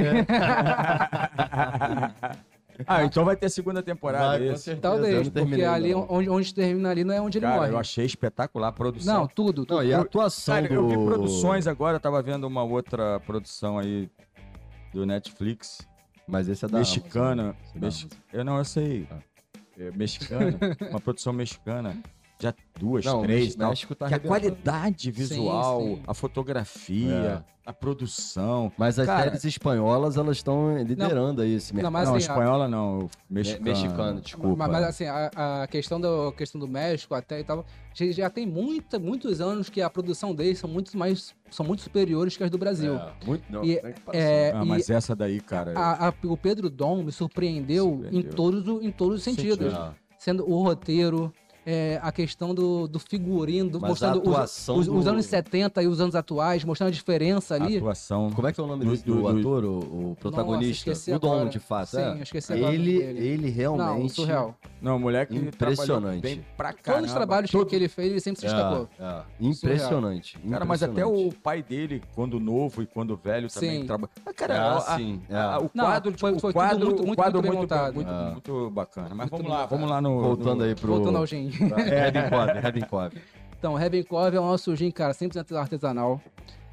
Ah, então vai ter segunda temporada. Vai, com esse. certeza. Talvez, Eu não porque terminei, ali não. onde termina ali não é onde ele Cara, morre. eu achei espetacular a produção. Não, tudo. Não, e a atuação Cara, do... eu vi produções agora, eu tava vendo uma outra produção aí do Netflix, Mas esse é da mexicana. Amazon. Esse é da Amazon. Eu sei. Ah. É, mexicana, uma produção mexicana. Já duas, Não, três, o tal. México tá Que a arrebentando. qualidade visual, sim. a fotografia, a produção. Mas as Cara, séries espanholas, elas estão liderando aí esse mercado. mas não, assim, espanhola não, mexicana. Mexicano, desculpa. Mas assim, a questão do México até e tal, já tem muitos anos que a produção deles são muito superiores que as do Brasil. Muito, não, E- tem que passar. Ah, mas essa daí, cara. O Pedro Dom me surpreendeu, Em, todos os sentidos. É. Sendo o roteiro, a questão do figurino, Mas mostrando a atuação os do- anos 70 e os anos atuais, mostrando a diferença ali. atuação. Como é que é o nome Do- desse do- do do- ator, o protagonista? esqueci O Dom, agora. de fato. Sim, é. eu esqueci agora o nome dele. Ele Não, realmente... surreal. Não, moleque Impressionante. trabalhou bem pra caramba. Todos os trabalhos que ele fez, ele sempre se destacou. Impressionante. Cara, mas até impressionante. o pai dele, quando novo e quando velho, também Sim. trabalha. Mas, cara, sim. o Não, quadro, foi o tudo quadro, muito- o muito quadro bem muito, montado. muito bacana. Mas Muito vamos bem lá, montado. vamos lá no... Voltando no- aí pro... Voltando ao gin. Heaven Cove. Então, Heaven Cove é o nosso gin, cara, 100% artesanal.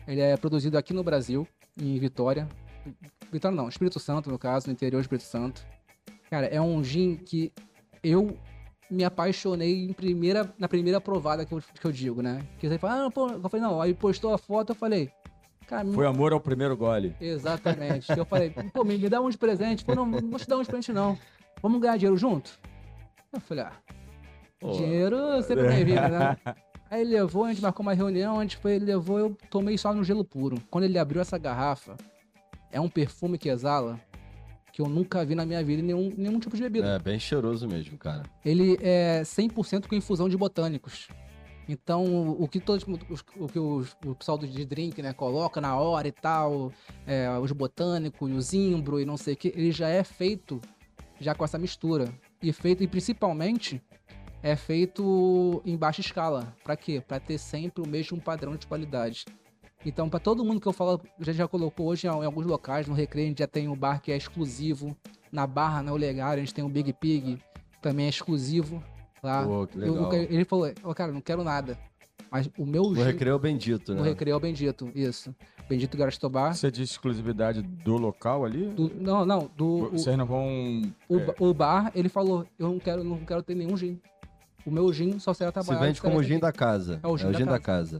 Ele é produzido aqui no Brasil, em Vitória. Vitória não, Espírito Santo, no caso, no interior do Espírito Santo. Cara, é um gin que eu me apaixonei na primeira provada que eu digo, né? Que você fala, pô, eu falei, não, aí postou a foto, eu falei, cara... Foi amor ao primeiro gole. Exatamente. Eu falei, pô, me dá um de presente. Falei, não vou te dar um de presente não. Vamos ganhar dinheiro junto? Eu falei, dinheiro sempre bem-vindo, né? Aí ele levou, a gente marcou uma reunião, ele levou, eu tomei só no gelo puro. Quando ele abriu essa garrafa, é um perfume que exala que eu nunca vi na minha vida em nenhum tipo de bebida. É, bem cheiroso mesmo, cara. Ele é 100% com infusão de botânicos. Então, o que o pessoal de drink, né, coloca na hora e tal, os botânicos, o zimbro e não sei o que, ele já é feito já com essa mistura. E principalmente é feito em baixa escala. Pra quê? Pra ter sempre o mesmo padrão de qualidade. Então, pra todo mundo que eu falo, já colocou hoje em alguns locais, no Recreio, a gente já tem um bar que é exclusivo. Na Barra, na Olegário, a gente tem o Big Pig, também é exclusivo lá. Pô, que legal. Ele falou, cara, não quero nada. Mas o meu O Recreio Bendito, né? O Recreio Bendito, isso. Bendito Garostobar. Você diz exclusividade do local ali? Não. Vocês não vão... O bar, ele falou, eu não quero ter nenhum gin. O meu gin só será trabalhado... Se vende como o gin da casa. É o gin da casa.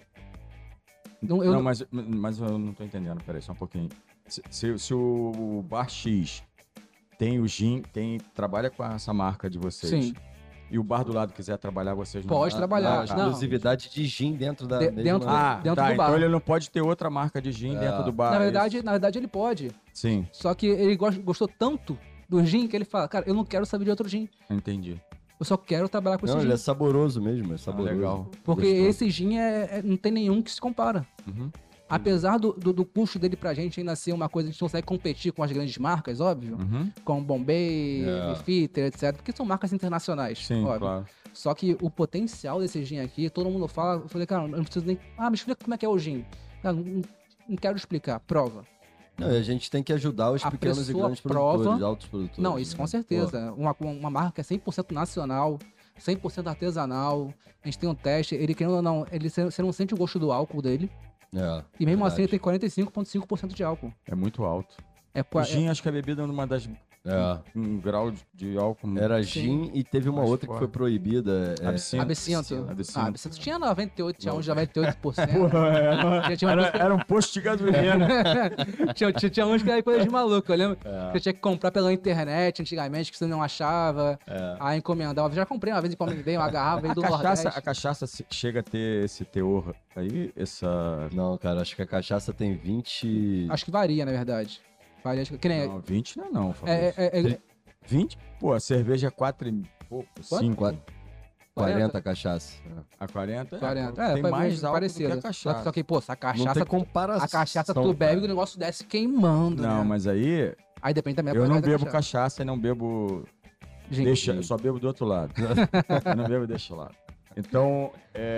Mas eu não tô entendendo, peraí, só um pouquinho. Se o Bar X tem o gin, trabalha com essa marca de vocês. Sim. E o bar do lado quiser trabalhar, vocês não... Pode trabalhar. Exclusividade de gin dentro da... dentro do bar. Então ele não pode ter outra marca de gin dentro do bar. Na verdade, ele pode. Sim. Só que ele gostou tanto do gin que ele fala, cara, eu não quero saber de outro gin. Entendi. Eu só quero trabalhar com esse gin. Ele é saboroso mesmo, é saboroso. Legal. Porque Gostoso. esse gin não tem nenhum que se compara. Uhum. Apesar do custo dele pra gente ainda ser uma coisa que a gente não consegue competir com as grandes marcas, óbvio. Uhum. Com Bombay, Bifitter, etc. Porque são marcas internacionais, Sim, óbvio. claro. Só que o potencial desse gin aqui, todo mundo fala, eu falei, cara, eu não preciso nem... me explica como é que é o gin. Cara, não quero explicar, prova. Não, e a gente tem que ajudar os pequenos e grandes produtores, altos produtores. Não, isso com certeza. Uma marca que é 100% nacional, 100% artesanal. A gente tem um teste, ele querendo ou não, você não sente o gosto do álcool dele. E mesmo assim ele tem 45,5% de álcool. É muito alto. O gin, acho que a bebida é uma das... Um grau de álcool... Era gin e teve uma outra que foi proibida. Absinto. Absinto tinha 98, tinha uns de 98%. Era um posto de gasolina. tinha uns que era coisa de maluco, eu lembro. Você tinha que comprar pela internet antigamente, que você não achava. Aí encomendava. Eu já comprei uma vez, encomendei uma garrafa, veio do Nordeste. A cachaça chega a ter esse teor aí? Não, cara, acho que a cachaça tem 20... Acho que varia, na verdade. Não, 20 não, Fabrício. 20? Pô, a cerveja é 4 e pouco, 5. 40 a cachaça. A 40? 40. Tem mais alto parecido. do que a cachaça. Só que, pô, essa cachaça... Não tem comparação. A cachaça tu bebe e o negócio desce queimando, Não, né? mas aí... Aí depende também da Eu não qualidade da bebo cachaça e não bebo... Eu só bebo do outro lado. Eu não bebo deste lado. Então,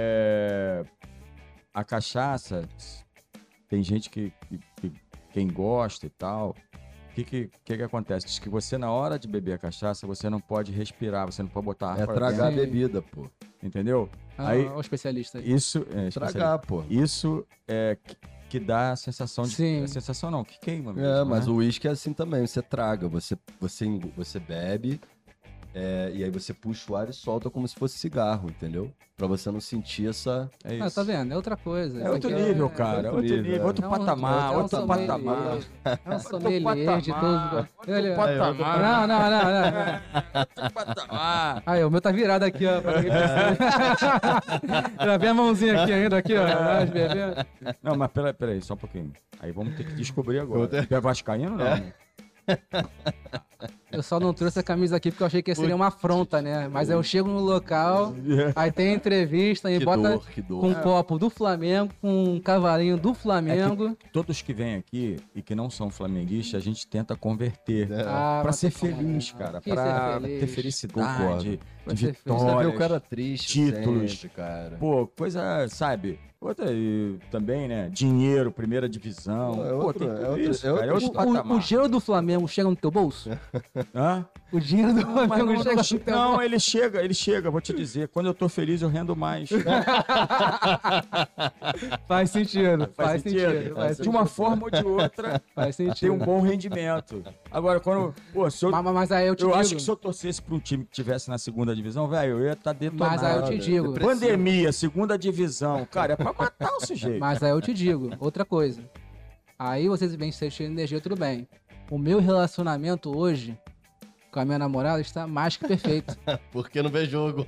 a cachaça... Tem gente que quem gosta e tal... O que acontece? Diz que você, na hora de beber a cachaça, você não pode respirar, você não pode botar ar pra tragar dentro. a bebida, pô. Entendeu? Aí, o especialista aí. Isso Tragar, pô. Isso é que dá a sensação de... Sim. A sensação não, que queima mesmo, Mas né? o uísque é assim também, você traga, você bebe, e aí você puxa o ar e solta como se fosse cigarro, entendeu? Pra você não sentir essa... É isso. Tá vendo? É outra coisa. É outro nível, cara. Outro nível. Outro patamar. Outro patamar. É um sommelier de tudo. Outro patamar. Não. Outro patamar. Aí, o meu tá virado aqui, ó. Já vem a mãozinha aqui ainda, aqui, ó. Não, mas peraí, só um pouquinho. Aí vamos ter que descobrir agora. Tu é vascaíno, não? Eu só não trouxe a camisa aqui porque eu achei que seria uma afronta, né? Mas aí eu chego no local, aí tem entrevista e bota com um copo do Flamengo, com um cavalinho do Flamengo. Todos que vêm aqui e que não são flamenguistas, a gente tenta converter pra ser feliz, cara. Pra ter felicidade, de vitória. Você vê o cara triste, títulos, sempre, cara. Pô, coisa, sabe? Outra também, né? Dinheiro, primeira divisão. Tem tudo isso, cara. É outro patamar. O dinheiro do Flamengo chega no teu bolso? Hã? O dinheiro do Mas Flamengo chega no tempo. não, ele chega, vou te dizer. Quando eu tô feliz, eu rendo mais. Faz sentido. Faz sentido. Faz De uma sentido. forma ou de outra, Faz tem sentido. um bom rendimento. Agora, quando. Pô, se eu, Mas aí eu te eu digo. acho que se eu torcesse pra um time que tivesse na segunda divisão, velho, eu ia estar detonado. Mas aí eu te digo. Pandemia, segunda divisão. Cara, é pra matar o sujeito. Mas aí eu te digo, outra coisa. Aí vocês vêm cheio de energia, tudo bem. O meu relacionamento hoje com a minha namorada está mais que perfeito. Porque não vê jogo.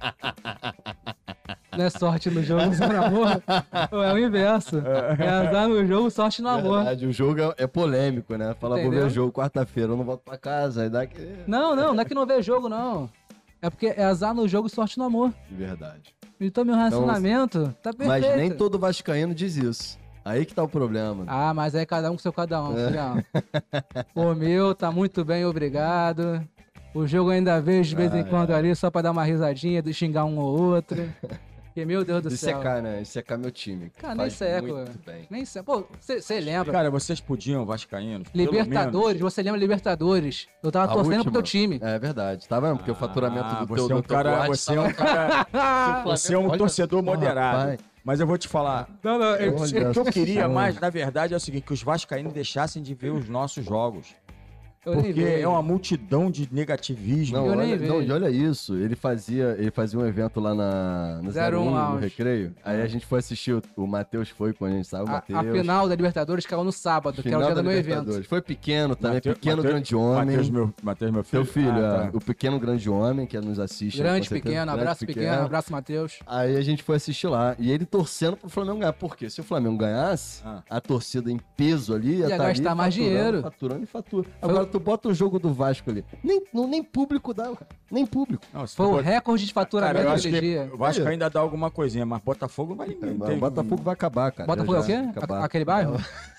Não é sorte no jogo, só no amor. É o inverso. É azar no jogo, sorte no amor. Verdade, o jogo é polêmico, né? Fala, vou ver Entendeu? o jogo quarta-feira, eu não volto pra casa. Aí dá que... Não é que não vê jogo, não. É porque é azar no jogo e sorte no amor. Verdade. Então meu relacionamento tá perfeito. Mas nem todo vascaíno diz isso. Aí que tá o problema. Ah, mas aí cada um com seu cada um, filhão. O meu tá muito bem, obrigado. O jogo eu ainda vejo de vez em quando ali, só pra dar uma risadinha, de xingar um ou outro. Porque, meu Deus do De céu. secar, né? De secar meu time. Cara, nem Faz seco. muito bem. Nem seco. Pô, você lembra? Cara, vocês podiam, vascaínos, pelo Libertadores, você lembra Libertadores? Eu tava A torcendo pro última. teu time. É verdade. Tá vendo? Porque o faturamento do você teu... é um do teu cara, boate você é tava- um cara, você é um Olha torcedor só, moderado. rapaz. Mas eu vou te falar, Não, o que eu queria só. mais, na verdade, é o seguinte, que os vascaínos deixassem de ver os nossos jogos. eu nem Porque vejo. é uma multidão de negativismo. Não, Eu nem olha, não, vejo. e olha isso, ele fazia um evento lá no 01 no Lounge. Recreio. Aí a gente foi assistir, o Matheus foi quando a gente saiu, o A Matheus. final da Libertadores caiu no sábado, que é o dia do meu evento. Foi pequeno também, Mateus- pequeno Mateus- grande homem. Matheus, meu filho. Teu filho, Ah, tá. o pequeno grande homem que nos assiste. Grande, com certeza. pequeno, Grande, abraço pequeno, abraço Matheus. Aí a gente foi assistir lá. E ele torcendo pro Flamengo ganhar. Por quê? Se o Flamengo ganhasse, a torcida em peso ali Ia tá ali gastar mais faturando, dinheiro. Faturando e fatura. Agora tu bota o jogo do Vasco ali. Nem público dá, cara. Nem público. Não, se Foi tu o bot- recorde de Cara, faturamento eu acho daquele que dia. o Vasco ainda dá alguma coisinha, mas Botafogo vai... Mas o Botafogo vai acabar, cara. Botafogo é o Já, quê? já, acabar. Aquele bairro?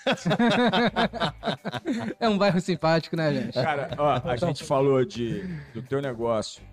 É um bairro simpático, né, gente? Cara, ó, a gente falou do teu negócio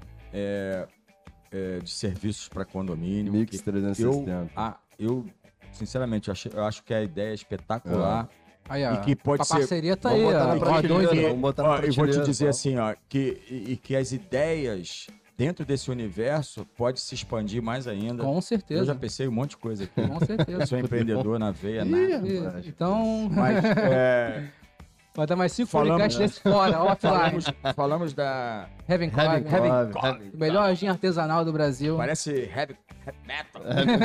de serviços para condomínio. Mix que 360. eu sinceramente, eu acho que a ideia é espetacular. Aí, ó. E que pode a ser- parceria tá Vamos aí, botar ó. na Ó, prateleira, dois- vamos botar na Ó, eu vou te prateleira, dizer ó. assim, ó, que as ideias dentro desse universo pode se expandir mais ainda. Com Eu já certeza. pensei um monte de coisa aqui. Com certeza. Eu sou empreendedor na veia, Ih, nada. rapaz. Então, Mas vai dar mais 5 Falamos- podcasts desse fora, offline. falamos da... Heaven Heaven Cobb. Cobb. O melhor gin artesanal do Brasil. Parece heavy metal.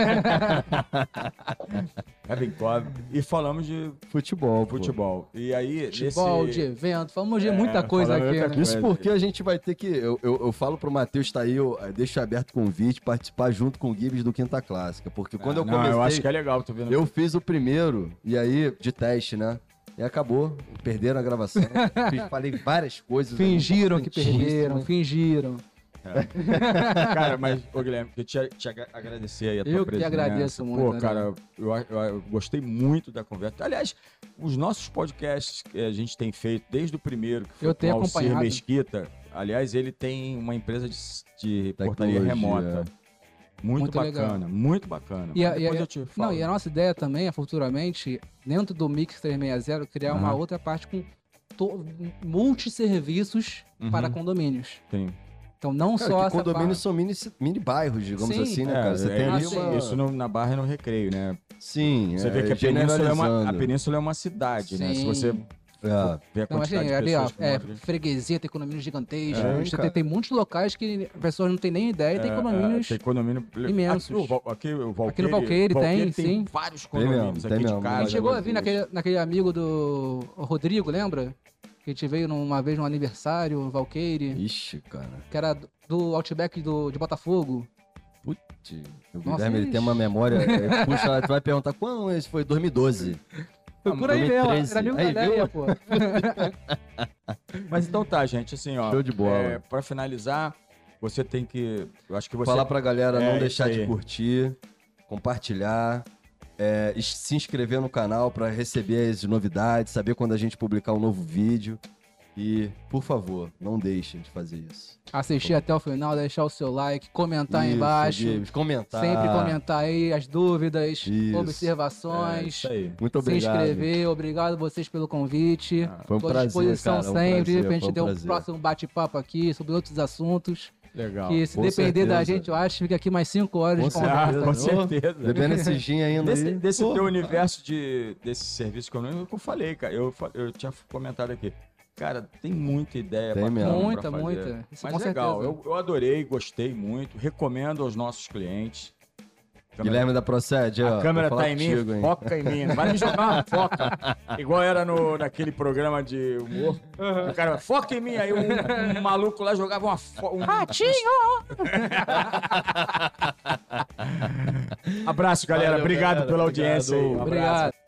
Heavy Cobb. E falamos de Futebol, pô. futebol. E aí, Futebol, de evento, falamos de muita coisa falando aqui, outra né? coisa. Isso porque a gente vai ter que. Eu falo pro Matheus tá aí, eu deixo aberto o convite, participar junto com o Gibbs do Quinta Clássica. Porque quando eu comecei. eu acho que é legal, tô vendo. Eu fiz o primeiro, e aí, de teste, né? E acabou. Perderam a gravação. Falei várias coisas. Fingiram que importantíssimas. perderam, fingiram. Cara, mas, ô Guilherme, eu te agradecer aí a tua Eu que presença. agradeço muito, Pô, né? cara, eu gostei muito da conversa. Aliás, os nossos podcasts que a gente tem feito desde o primeiro, que foi Eu tenho com o Alcir acompanhado. Mesquita. Aliás, ele tem uma empresa de portaria Tecnologia. remota. Muito bacana, legal. muito bacana. E a- Depois e a- eu te falo. Não, e a nossa ideia também é futuramente, dentro do Mix 360, criar uma Aham. outra parte com multisserviços Uhum. para condomínios. Tem. Então, não Cara, só que essa condomínios são mini bairros, digamos Sim. assim, né, cara? Você tem ali assim, uma... Isso na Barra e no Recreio, né? Sim, Você vê que a generalizando. Península é uma cidade, né? Se Sim. você É. ver a Não, mas quantidade assim, de ali, ó, pessoas que moram ali. freguesia, tem condomínios gigantescos. É, Você cara. tem muitos locais que as pessoas não têm nem ideia e tem condomínios. Tem condomínio imensos. Aqui o Valqueire, Aqui no Valqueire tem, sim. vários Tem mesmo, condomínios tem aqui mesmo. de A casa. gente chegou a vir Deus. naquele amigo do Rodrigo, lembra? Que a gente veio uma vez num aniversário, no Valqueire, Ixi, cara. que era do Outback de Botafogo. Putz, o Nossa, Guilherme ele ixi. tem uma memória. Puxa, tu vai perguntar quando esse foi? 2012. Foi por aí mesmo, 2013. era amigo da Aí, Leia, viu? pô. Mas então tá, gente, assim, ó. Show de bola. Pra finalizar, você tem que... Eu acho que você... Falar pra galera É, não isso deixar de aí. curtir, compartilhar, se inscrever no canal pra receber as novidades, saber quando a gente publicar um novo vídeo. E, por favor, não deixem de fazer isso. Assistir até o final, deixar o seu like, comentar aí Isso, embaixo. Gibbs, comentar. Sempre comentar aí as dúvidas, Isso. observações. Isso aí. Muito Se obrigado. inscrever. Obrigado vocês pelo convite. Foi um Tô à prazer, disposição cara, um sempre prazer, pra gente foi um ter um prazer. próximo bate-papo aqui sobre outros assuntos. Legal. Que se com depender da certeza. gente, eu acho que fica aqui mais 5 horas Com de conversa. certeza. Com Ô, certeza. Bebendo esse gin ainda aí. Desse Pô. teu universo desse serviço econômico que eu falei, cara. Eu tinha comentado aqui. Cara, tem muita ideia Tem bacana mesmo. pra fazer. Muita. Isso Mas com legal, certeza. eu adorei, gostei muito. Recomendo aos nossos clientes. Guilherme da Procede, ó. A câmera vou falar tá em mim, contigo, hein? foca em mim. Não vai me jogar uma foca. Igual era naquele programa de humor. O cara, foca em mim. Aí um maluco lá jogava uma foca. Ratinho! Abraço, galera. Valeu, Obrigado galera. pela audiência aí. Um abraço. Obrigado.